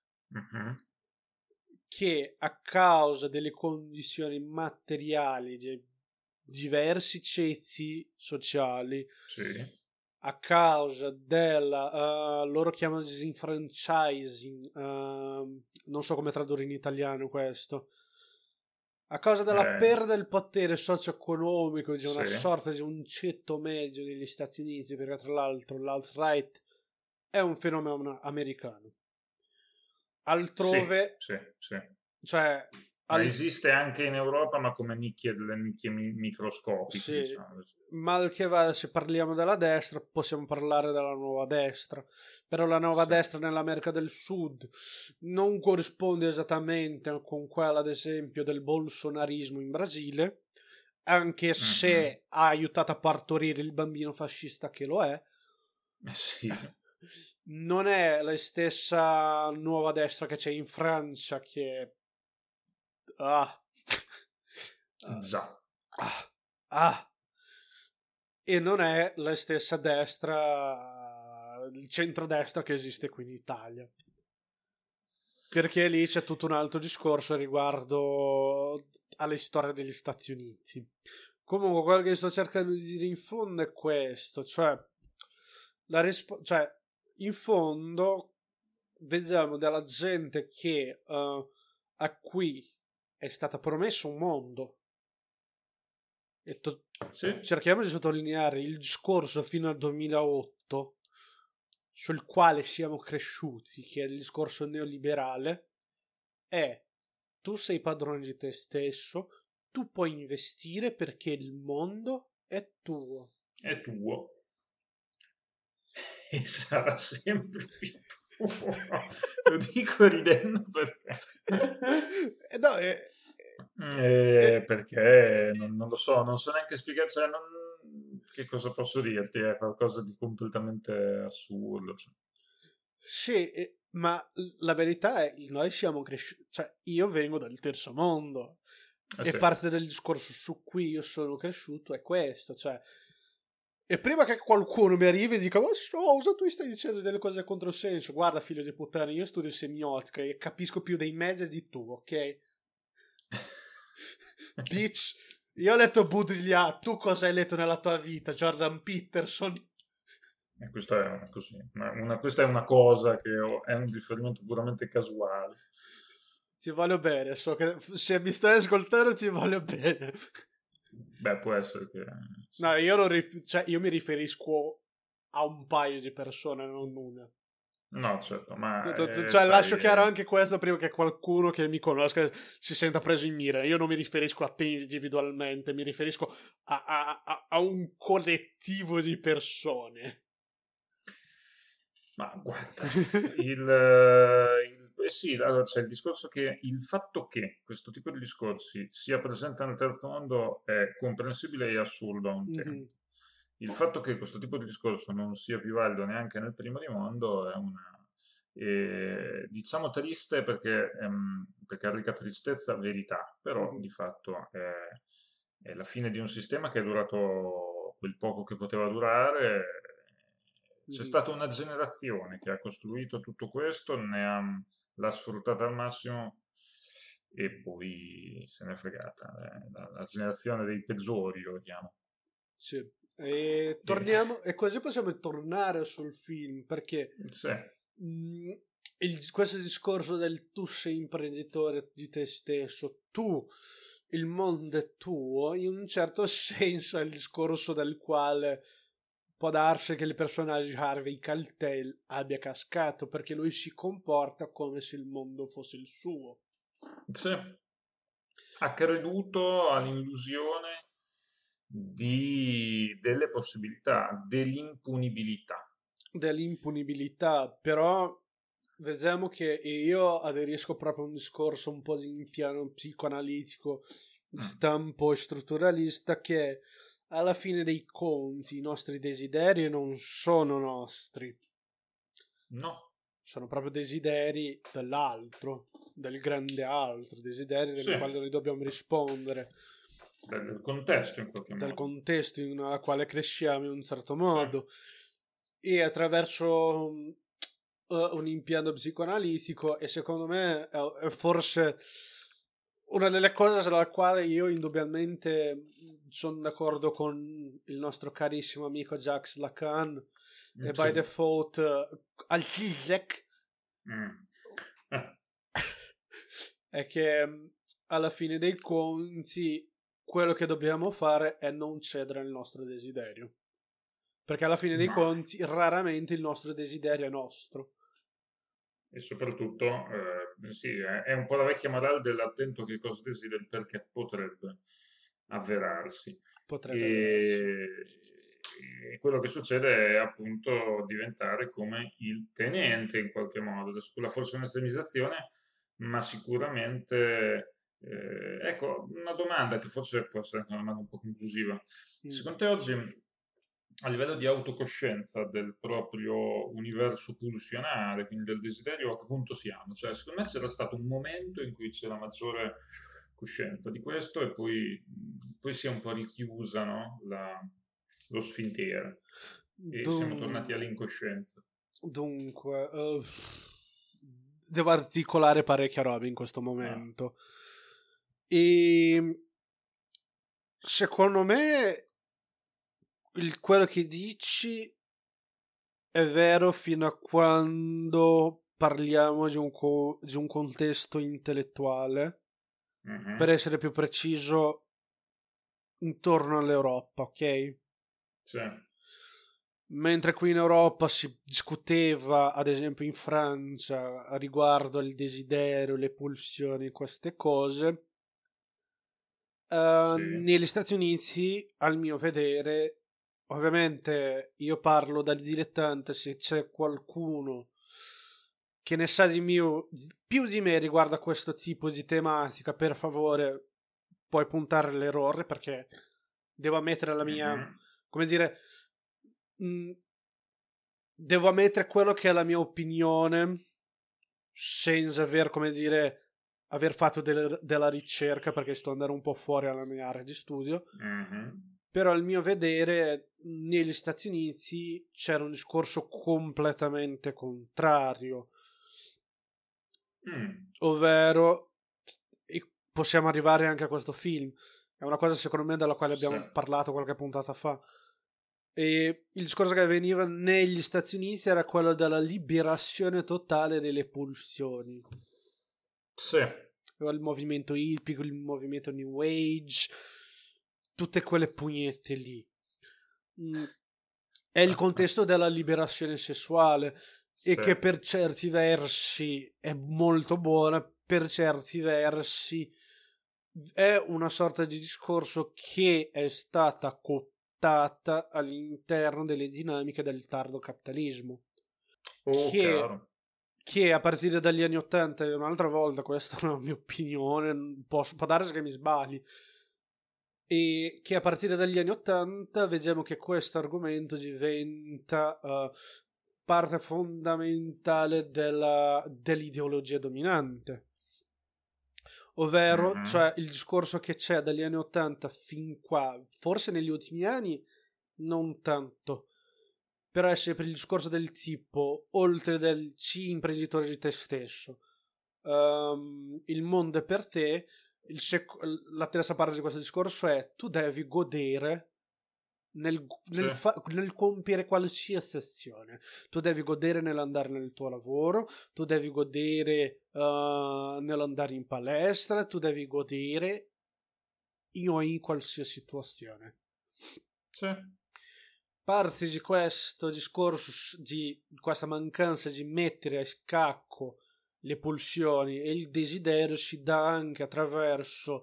che a causa delle condizioni materiali di diversi ceti sociali, sì. a causa della loro chiamano disenfranchising, non so come tradurre in italiano questo, a causa della perdita del potere socio-economico di una sorta di un ceto medio negli Stati Uniti, perché tra l'altro l'alt-right è un fenomeno americano. Altrove sì. cioè ma esiste anche in Europa, ma come delle nicchie microscopiche. Sì, diciamo. mal che vada, se parliamo della destra possiamo parlare della nuova destra, però la nuova destra nell'America del Sud non corrisponde esattamente con quella ad esempio del bolsonarismo in Brasile, anche se ha aiutato a partorire il bambino fascista che lo è. Sì. Non è la stessa nuova destra che c'è in Francia, che già. E non è la stessa destra, il centrodestra che esiste qui in Italia, perché lì c'è tutto un altro discorso riguardo alle storie degli Stati Uniti. Comunque quello che sto cercando di dire in fondo è questo, cioè in fondo vediamo della gente che a cui è stato promesso un mondo, e cerchiamo di sottolineare il discorso fino al 2008 sul quale siamo cresciuti, che è il discorso neoliberale, è: tu sei padrone di te stesso, tu puoi investire perché il mondo è tuo. È tuo. E sarà sempre più tuo. Lo dico ridendo perché... No, perché non lo so, non so neanche spiegare, cioè, che cosa posso dirti, è qualcosa di completamente assurdo. Cioè. Sì, ma la verità è che noi siamo cresciuti, cioè io vengo dal terzo mondo e parte del discorso su cui io sono cresciuto è questo, cioè, e prima che qualcuno mi arrivi e dica ma scusa, tu stai dicendo delle cose controsenso, guarda figlio di puttana, io studio semiotica e capisco più dei media di tu, ok? Bitch, io ho letto Baudrillard, tu cosa hai letto nella tua vita? Jordan Peterson? E questo è così, questa è una cosa che è un riferimento puramente casuale. Ti voglio bene, so che se mi stai ascoltando ti voglio bene. Beh, può essere che... Sì. No, io mi riferisco a un paio di persone, non una. No, certo, ma cioè, lascio chiaro anche questo prima che qualcuno che mi conosca si senta preso in mira. Io non mi riferisco a te individualmente, mi riferisco a un collettivo di persone. Ma guarda, sì, allora c'è il discorso che il fatto che questo tipo di discorsi sia presente nel terzo mondo è comprensibile e assurdo a un tempo. Il fatto che questo tipo di discorso non sia più valido neanche nel primo di mondo è diciamo triste perché arreca tristezza, verità, però di fatto è la fine di un sistema che è durato quel poco che poteva durare. C'è stata una generazione che ha costruito tutto questo, l'ha sfruttata al massimo e poi se n'è fregata. La generazione dei peggiori, lo chiamo. Sì. E torniamo, e così possiamo tornare sul film, perché sì. Questo discorso del tu sei imprenditore di te stesso, il mondo è tuo, in un certo senso è il discorso del quale può darsi che il personaggio Harvey Keitel abbia cascato, perché lui si comporta come se il mondo fosse il suo. Sì. Ha creduto all'illusione delle possibilità, dell'impunibilità, però vediamo che io aderisco proprio a un discorso un po' di piano psicoanalitico di stampo strutturalista, che alla fine dei conti i nostri desideri non sono nostri, no, sono proprio desideri dell'altro, del grande altro, desideri del quale noi dobbiamo rispondere, del contesto in qualche modo, del contesto nel quale cresciamo in un certo modo, e attraverso un impianto psicoanalitico, e secondo me è forse una delle cose sulla quale io indubbiamente sono d'accordo con il nostro carissimo amico Jacques Lacan, e by default Al-Zizek, è che alla fine dei conti quello che dobbiamo fare è non cedere al nostro desiderio, perché alla fine dei conti raramente il nostro desiderio è nostro. E soprattutto sì, è un po' la vecchia morale dell'attento che cosa desideri, perché potrebbe avverarsi. E quello che succede è appunto diventare come il tenente in qualche modo. Adesso quella forse è un'estremizzazione, ma sicuramente ecco, una domanda che forse può essere anche una domanda un po' conclusiva. Secondo te oggi, a livello di autocoscienza del proprio universo pulsionale, quindi del desiderio, a che punto siamo? Cioè, secondo me c'era stato un momento in cui c'era maggiore coscienza di questo e poi si è un po' richiusa, no? Lo sfintere e siamo tornati all'incoscienza. Dunque, devo articolare parecchia roba in questo momento. E secondo me quello che dici è vero fino a quando parliamo di un contesto intellettuale, per essere più preciso intorno all'Europa, ok? Sì. Mentre qui in Europa si discuteva, ad esempio in Francia, riguardo al desiderio, le pulsioni, queste cose, negli Stati Uniti, al mio vedere, ovviamente io parlo da dilettante, se c'è qualcuno che ne sa più di me riguardo a questo tipo di tematica, per favore puoi puntare l'errore, perché devo ammettere la mia, come dire, devo ammettere quello che è la mia opinione senza aver fatto della ricerca, perché sto andando un po' fuori alla mia area di studio. Però al mio vedere negli Stati Uniti c'era un discorso completamente contrario, ovvero, e possiamo arrivare anche a questo film, è una cosa secondo me della quale abbiamo parlato qualche puntata fa, e il discorso che avveniva negli Stati Uniti era quello della liberazione totale delle pulsioni. Il movimento hippico, il movimento New Age, tutte quelle pugnette lì. È il contesto della liberazione sessuale. e che per certi versi è molto buona, per certi versi è una sorta di discorso che è stata cooptata all'interno delle dinamiche del tardo capitalismo, che a partire dagli anni '80, e un'altra volta questa è una mia opinione, può darsi che mi sbagli, e che a partire dagli anni '80 vediamo che questo argomento diventa parte fondamentale dell'ideologia dominante, ovvero cioè il discorso che c'è dagli anni '80 fin qua, forse negli ultimi anni non tanto, però è sempre il discorso del tipo, oltre del sì imprenditore di te stesso, il mondo è per te. La terza parte di questo discorso è: tu devi godere nel compiere qualsiasi azione, tu devi godere nell'andare nel tuo lavoro, tu devi godere nell'andare in palestra, tu devi godere in qualsiasi situazione. Parte di questo discorso, di questa mancanza di mettere a scacco le pulsioni e il desiderio, si dà anche attraverso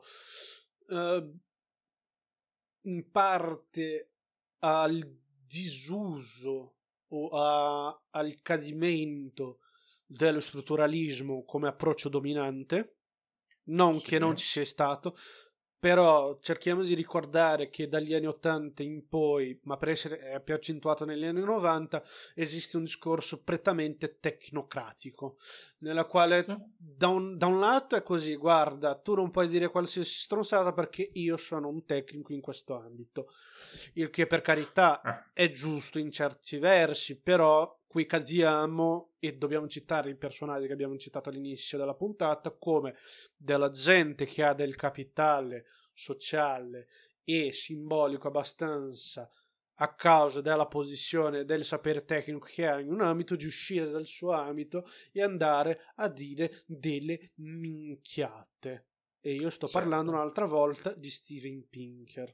in parte al disuso o al cadimento dello strutturalismo come approccio dominante, non che non ci sia stato, però cerchiamo di ricordare che dagli anni '80 in poi, ma per essere più accentuato negli anni '90, esiste un discorso prettamente tecnocratico, nella quale da un lato è così: guarda, tu non puoi dire qualsiasi stronzata perché io sono un tecnico in questo ambito, il che per carità è giusto in certi versi, però qui cadiamo, e dobbiamo citare il personaggio che abbiamo citato all'inizio della puntata, come della gente che ha del capitale sociale e simbolico abbastanza, a causa della posizione del sapere tecnico che ha in un ambito, di uscire dal suo ambito e andare a dire delle minchiate. E io sto parlando un'altra volta di Steven Pinker.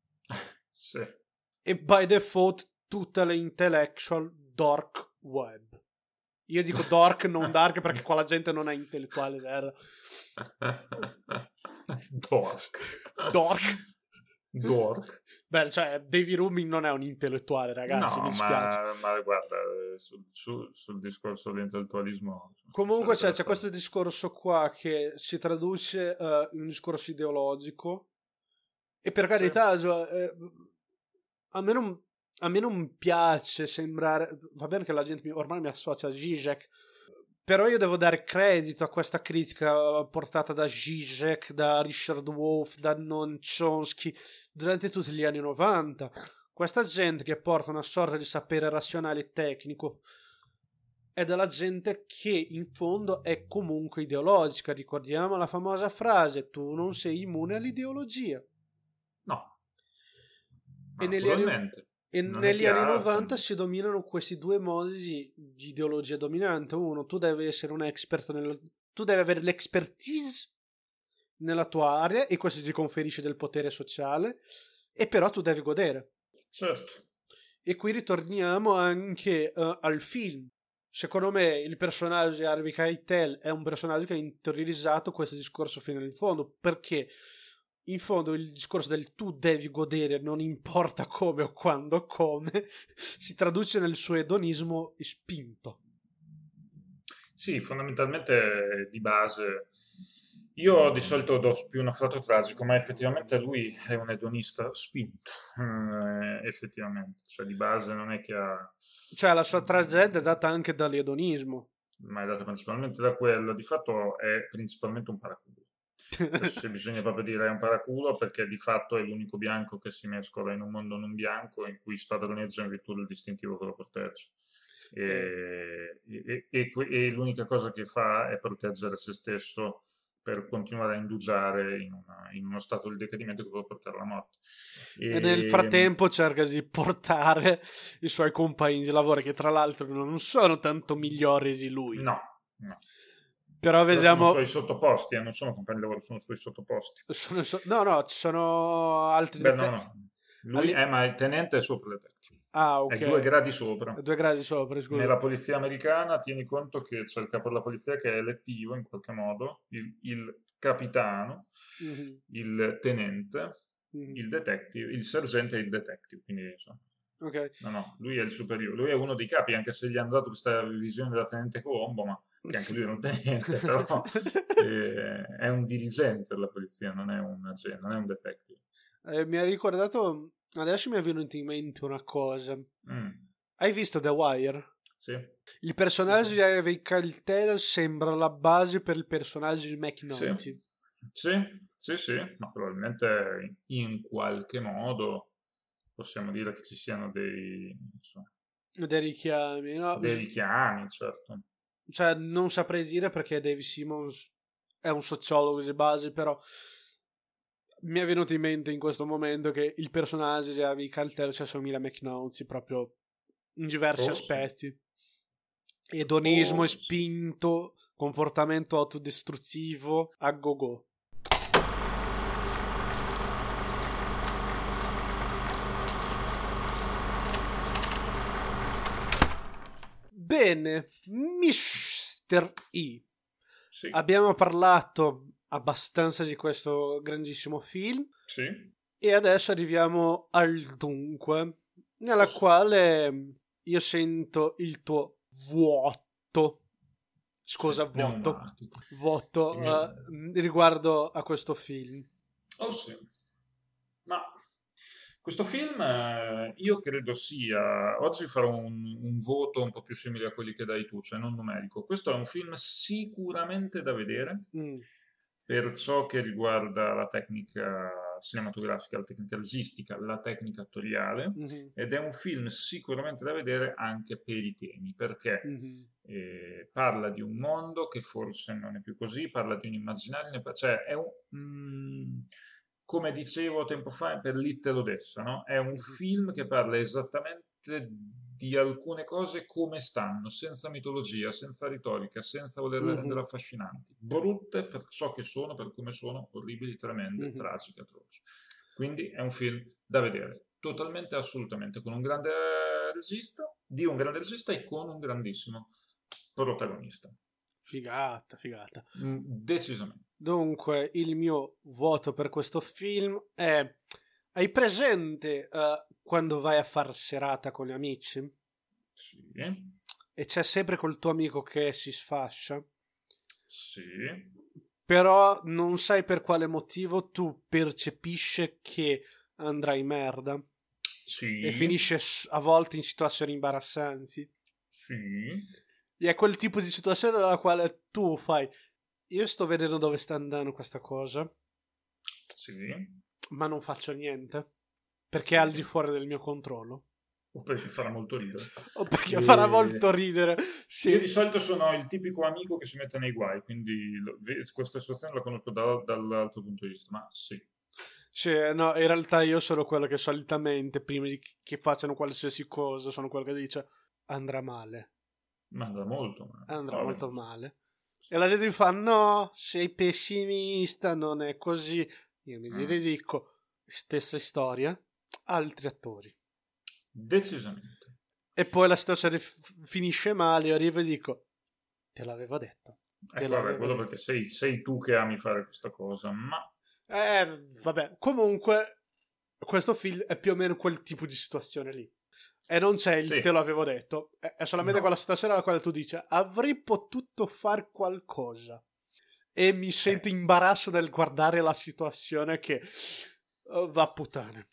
E by default tutta le intellectual dark web. Io dico dark, non dark, perché qua la gente non è intellettuale, vero? Dork. Beh, cioè, David Rubin non è un intellettuale, ragazzi, mi spiace. Ma guarda, sul discorso dell'intellettualismo... Comunque c'è questo discorso qua che si traduce in un discorso ideologico, e per carità, a me non piace sembrare... Va bene che la gente ormai mi associa a Zizek, però io devo dare credito a questa critica portata da Zizek, da Richard Wolff, da Noam Chomsky durante tutti gli anni '90. Questa gente che porta una sorta di sapere razionale e tecnico è della gente che in fondo è comunque ideologica. Ricordiamo la famosa frase: tu non sei immune all'ideologia. No, e negli anni '90 si dominano questi due modi di ideologia dominante. Uno, tu devi essere un expert, tu devi avere l'expertise nella tua area, e questo ti conferisce del potere sociale, e però tu devi godere. Certo. E qui ritorniamo anche al film. Secondo me il personaggio di Harvey Keitel è un personaggio che ha interiorizzato questo discorso fino in fondo, perché in fondo il discorso del tu devi godere, non importa come o quando o come, si traduce nel suo edonismo spinto. Sì, fondamentalmente di base io di solito do più un afflato tragico, ma effettivamente lui è un edonista spinto, effettivamente, cioè di base non è che ha... Cioè la sua tragedia è data anche dall'edonismo. Ma è data principalmente da quello, di fatto è principalmente un paraculo. Se bisogna proprio dire è un paraculo, perché di fatto è l'unico bianco che si mescola in un mondo non bianco, in cui spadroneggia in virtù del distintivo che lo protegge, e l'unica cosa che fa è proteggere se stesso per continuare a indugiare in uno stato di decadimento che può portare alla morte, e nel frattempo cerca di portare i suoi compagni di lavoro, che tra l'altro non sono tanto migliori di lui. No. Però vediamo... Sono suoi sottoposti, non sono compagni di lavoro, sono suoi sottoposti. No, ci sono altri... No. Lui ma il tenente è sopra le tecniche. Ah, ok. È 2 gradi sopra. 2 gradi sopra, scusa. Nella polizia americana tieni conto che c'è il capo della polizia che è elettivo in qualche modo, il capitano, Mhm. il tenente, Mhm. il detective, il sergente e il detective, quindi insomma. Ok. No, lui è il superiore, lui è uno dei capi, anche se gli hanno dato questa visione della tenente Colombo, ma che anche lui era un tenente, però è un dirigente della polizia, non è un agente, non è un detective. Mi ha ricordato, adesso mi è venuta in mente una cosa. Mm, Hai visto The Wire? sì. Il personaggio Sì. di Harvey Keitel sembra la base per il personaggio di McNulty. Sì, ma probabilmente in qualche modo possiamo dire che ci siano insomma, Dei richiami, no? dei richiami, certo. Cioè, non saprei dire perché Dave Simmons è un sociologo di base, però mi è venuto in mente in questo momento che il personaggio di Harvey Keitel ci assomiglia a McNulty proprio in diversi aspetti. Edonismo Sì. spinto, comportamento autodistruttivo, a go-go. Bene, Mr. E. Sì. Abbiamo parlato abbastanza di questo grandissimo film. Sì. E adesso arriviamo al dunque, nella quale io sento il tuo vuoto. Scusa, Sì, vuoto riguardo a questo film. Oh sì, ma questo film io credo sia, oggi farò un voto un po' più simile a quelli che dai tu, cioè non numerico. Questo è un film sicuramente da vedere per ciò che riguarda la tecnica cinematografica, la tecnica registica, la tecnica attoriale, ed è un film sicuramente da vedere anche per i temi, perché parla di un mondo che forse non è più così, parla di un immaginario, cioè è come dicevo tempo fa per Little Odessa, no? È un film che parla esattamente di alcune cose come stanno, senza mitologia, senza retorica, senza volerle rendere affascinanti, brutte per ciò che sono, per come sono, orribili, tremende, tragiche, atroci. Quindi è un film da vedere, totalmente, assolutamente, con un grande regista, di un grande regista e con un grandissimo protagonista. Figata. Decisamente. Dunque, il mio voto per questo film è... Hai presente quando vai a far serata con gli amici? Sì. E c'è sempre quel tuo amico che si sfascia? Sì. Però non sai per quale motivo tu percepisci che andrà in merda. Sì. E finisce a volte in situazioni imbarazzanti. Sì. E è quel tipo di situazione nella quale tu fai... Io sto vedendo dove sta andando questa cosa. Sì. Ma non faccio niente. Perché è al di fuori del mio controllo. O perché farà molto ridere. O perché farà molto ridere. Sì. Io di solito sono il tipico amico che si mette nei guai, quindi questa situazione la conosco dall'altro punto di vista, ma sì. Cioè, no, in realtà io sono quello che solitamente, prima di che facciano qualsiasi cosa, sono quello che dice andrà male. Ma andrà molto male. Andrà molto male. E la gente mi fa, no, sei pessimista, non è così. Io mi dico, stessa storia, altri attori. Decisamente. E poi la situazione finisce male, io arrivo e dico, te l'avevo detto. Quello perché sei tu che ami fare questa cosa, ma... Vabbè, comunque, questo film è più o meno quel tipo di situazione lì. E non c'è il te l'avevo detto, è solamente quella situazione alla quale tu dici, avrei potuto fare qualcosa. E mi sento imbarazzo nel guardare la situazione che va a puttane.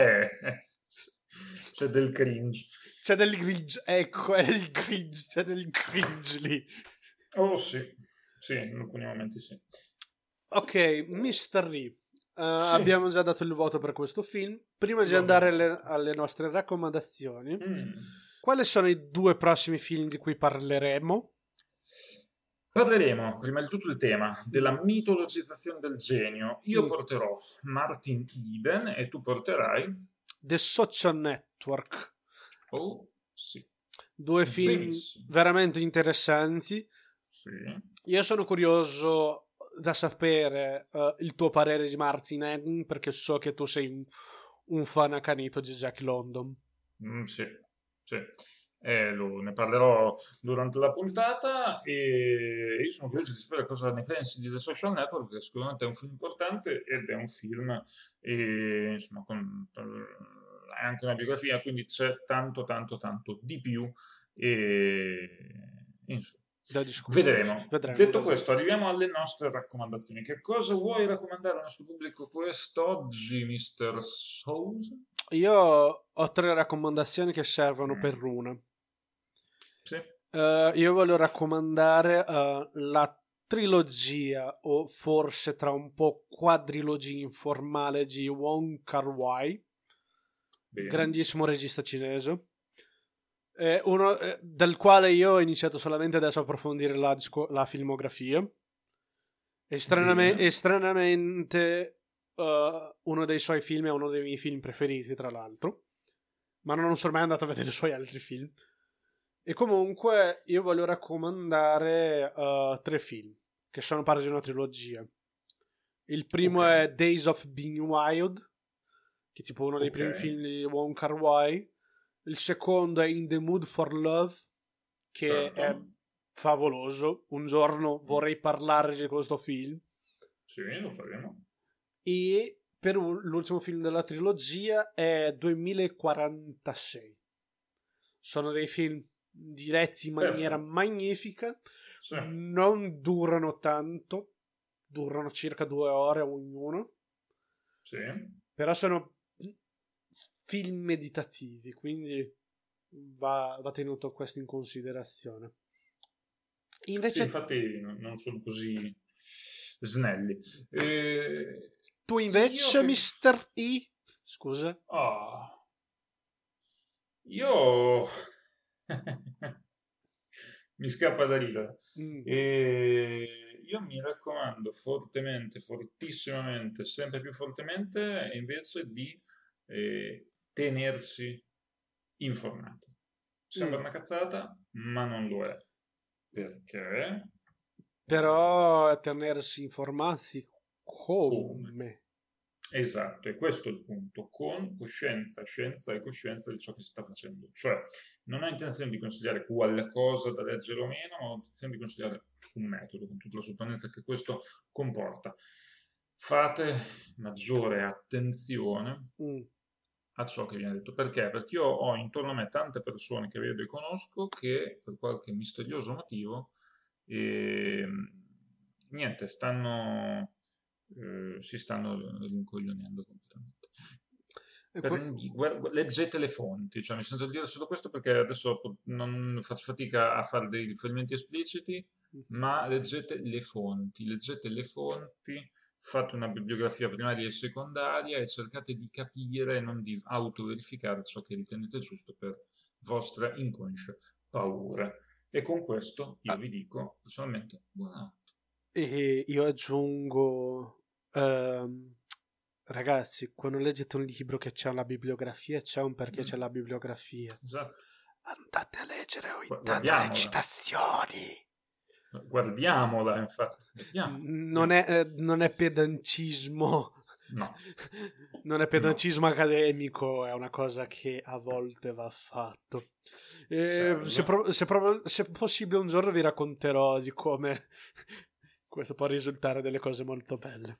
C'è del cringe. C'è del cringe, ecco, è il cringe, c'è del cringe lì. Oh sì, in alcuni momenti sì. Ok, Mr. Lee, abbiamo già dato il voto per questo film. Prima di andare alle nostre raccomandazioni, quali sono i 2 prossimi film di cui parleremo? Parleremo prima di tutto il tema della mitologizzazione del genio. Io porterò Martin Eden e tu porterai The Social Network. Oh, sì. 2 film veramente interessanti. Sì. Io sono curioso da sapere il tuo parere di Martin Eden, perché so che tu sei un fan accanito di Jack London. Sì, sì. Ne parlerò durante la puntata e io sono curioso di sapere cosa ne pensi di The Social Network, perché sicuramente è un film importante ed è un film, insomma, è anche una biografia, quindi c'è tanto, tanto, tanto di più insomma. Da discutere. Vedremo. Detto questo, arriviamo alle nostre raccomandazioni. Che cosa vuoi raccomandare al nostro pubblico quest'oggi, Mr. Sousa? Io ho 3 raccomandazioni che servono per una. Sì. Io voglio raccomandare la trilogia, o forse tra un po' quadrilogia informale, di Wong Kar-wai, grandissimo regista cinese, uno del quale io ho iniziato solamente adesso a approfondire la filmografia. Stranamente uno dei suoi film è uno dei miei film preferiti, tra l'altro, ma non sono mai andato a vedere i suoi altri film. E comunque io voglio raccomandare 3 film che sono parte di una trilogia. Il primo è Days of Being Wild, che è tipo uno dei primi film di Wong Kar-wai. Il secondo è In the Mood for Love, che è favoloso. Un giorno vorrei parlare di questo film. Sì, lo faremo. E per l'ultimo film della trilogia è 2046. Sono dei film diretti in maniera magnifica. Sì. Non durano tanto, durano circa 2 ore ognuno. Sì. Però sono film meditativi, quindi va tenuto questo in considerazione. Invece, sì, infatti non sono così snelli. Tu invece, Mr. E? Scusa. Io mi scappa da ridere. Io mi raccomando fortemente, fortissimamente, sempre più fortemente, invece di tenersi informati. Sembra una cazzata, ma non lo è. Perché? Però tenersi informati come? Esatto, e questo è il punto, con coscienza, scienza e coscienza di ciò che si sta facendo. Cioè, non ho intenzione di consigliare qualcosa da leggere o meno, ma ho intenzione di consigliare un metodo, con tutta la sottotanenza che questo comporta. Fate maggiore attenzione a ciò che viene detto. Perché? Perché io ho intorno a me tante persone che vedo e conosco che per qualche misterioso motivo niente, si stanno rincoglionendo completamente. Leggete le fonti, cioè mi sento di dire solo questo perché adesso non faccio fatica a fare dei riferimenti espliciti, ma leggete le fonti, fate una bibliografia primaria e secondaria e cercate di capire e non di autoverificare ciò che ritenete giusto per vostre inconsce paure. E con questo io vi dico personalmente buonanotte. E io aggiungo, ragazzi, quando leggete un libro che c'è la bibliografia, c'è un perché c'è la bibliografia. Esatto. Andate a leggere o andate alle citazioni. Guardiamola, infatti. Non è pedantismo. No. Non è pedantismo accademico, è una cosa che a volte va fatto. Se possibile un giorno vi racconterò di come questo può risultare delle cose molto belle.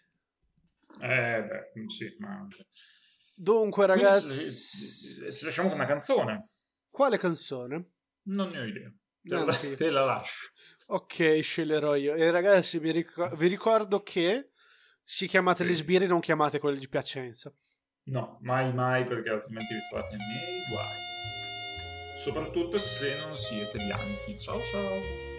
Sì, ma... Dunque, ragazzi, ci lasciamo con una canzone. Quale canzone? Non ne ho idea. Te la lascio. Ok, sceglierò io. E ragazzi, vi ricordo che se chiamate le sbirre, non chiamate quelle di Piacenza. No, mai, perché altrimenti vi trovate nei guai. Soprattutto se non siete bianchi. Ciao ciao.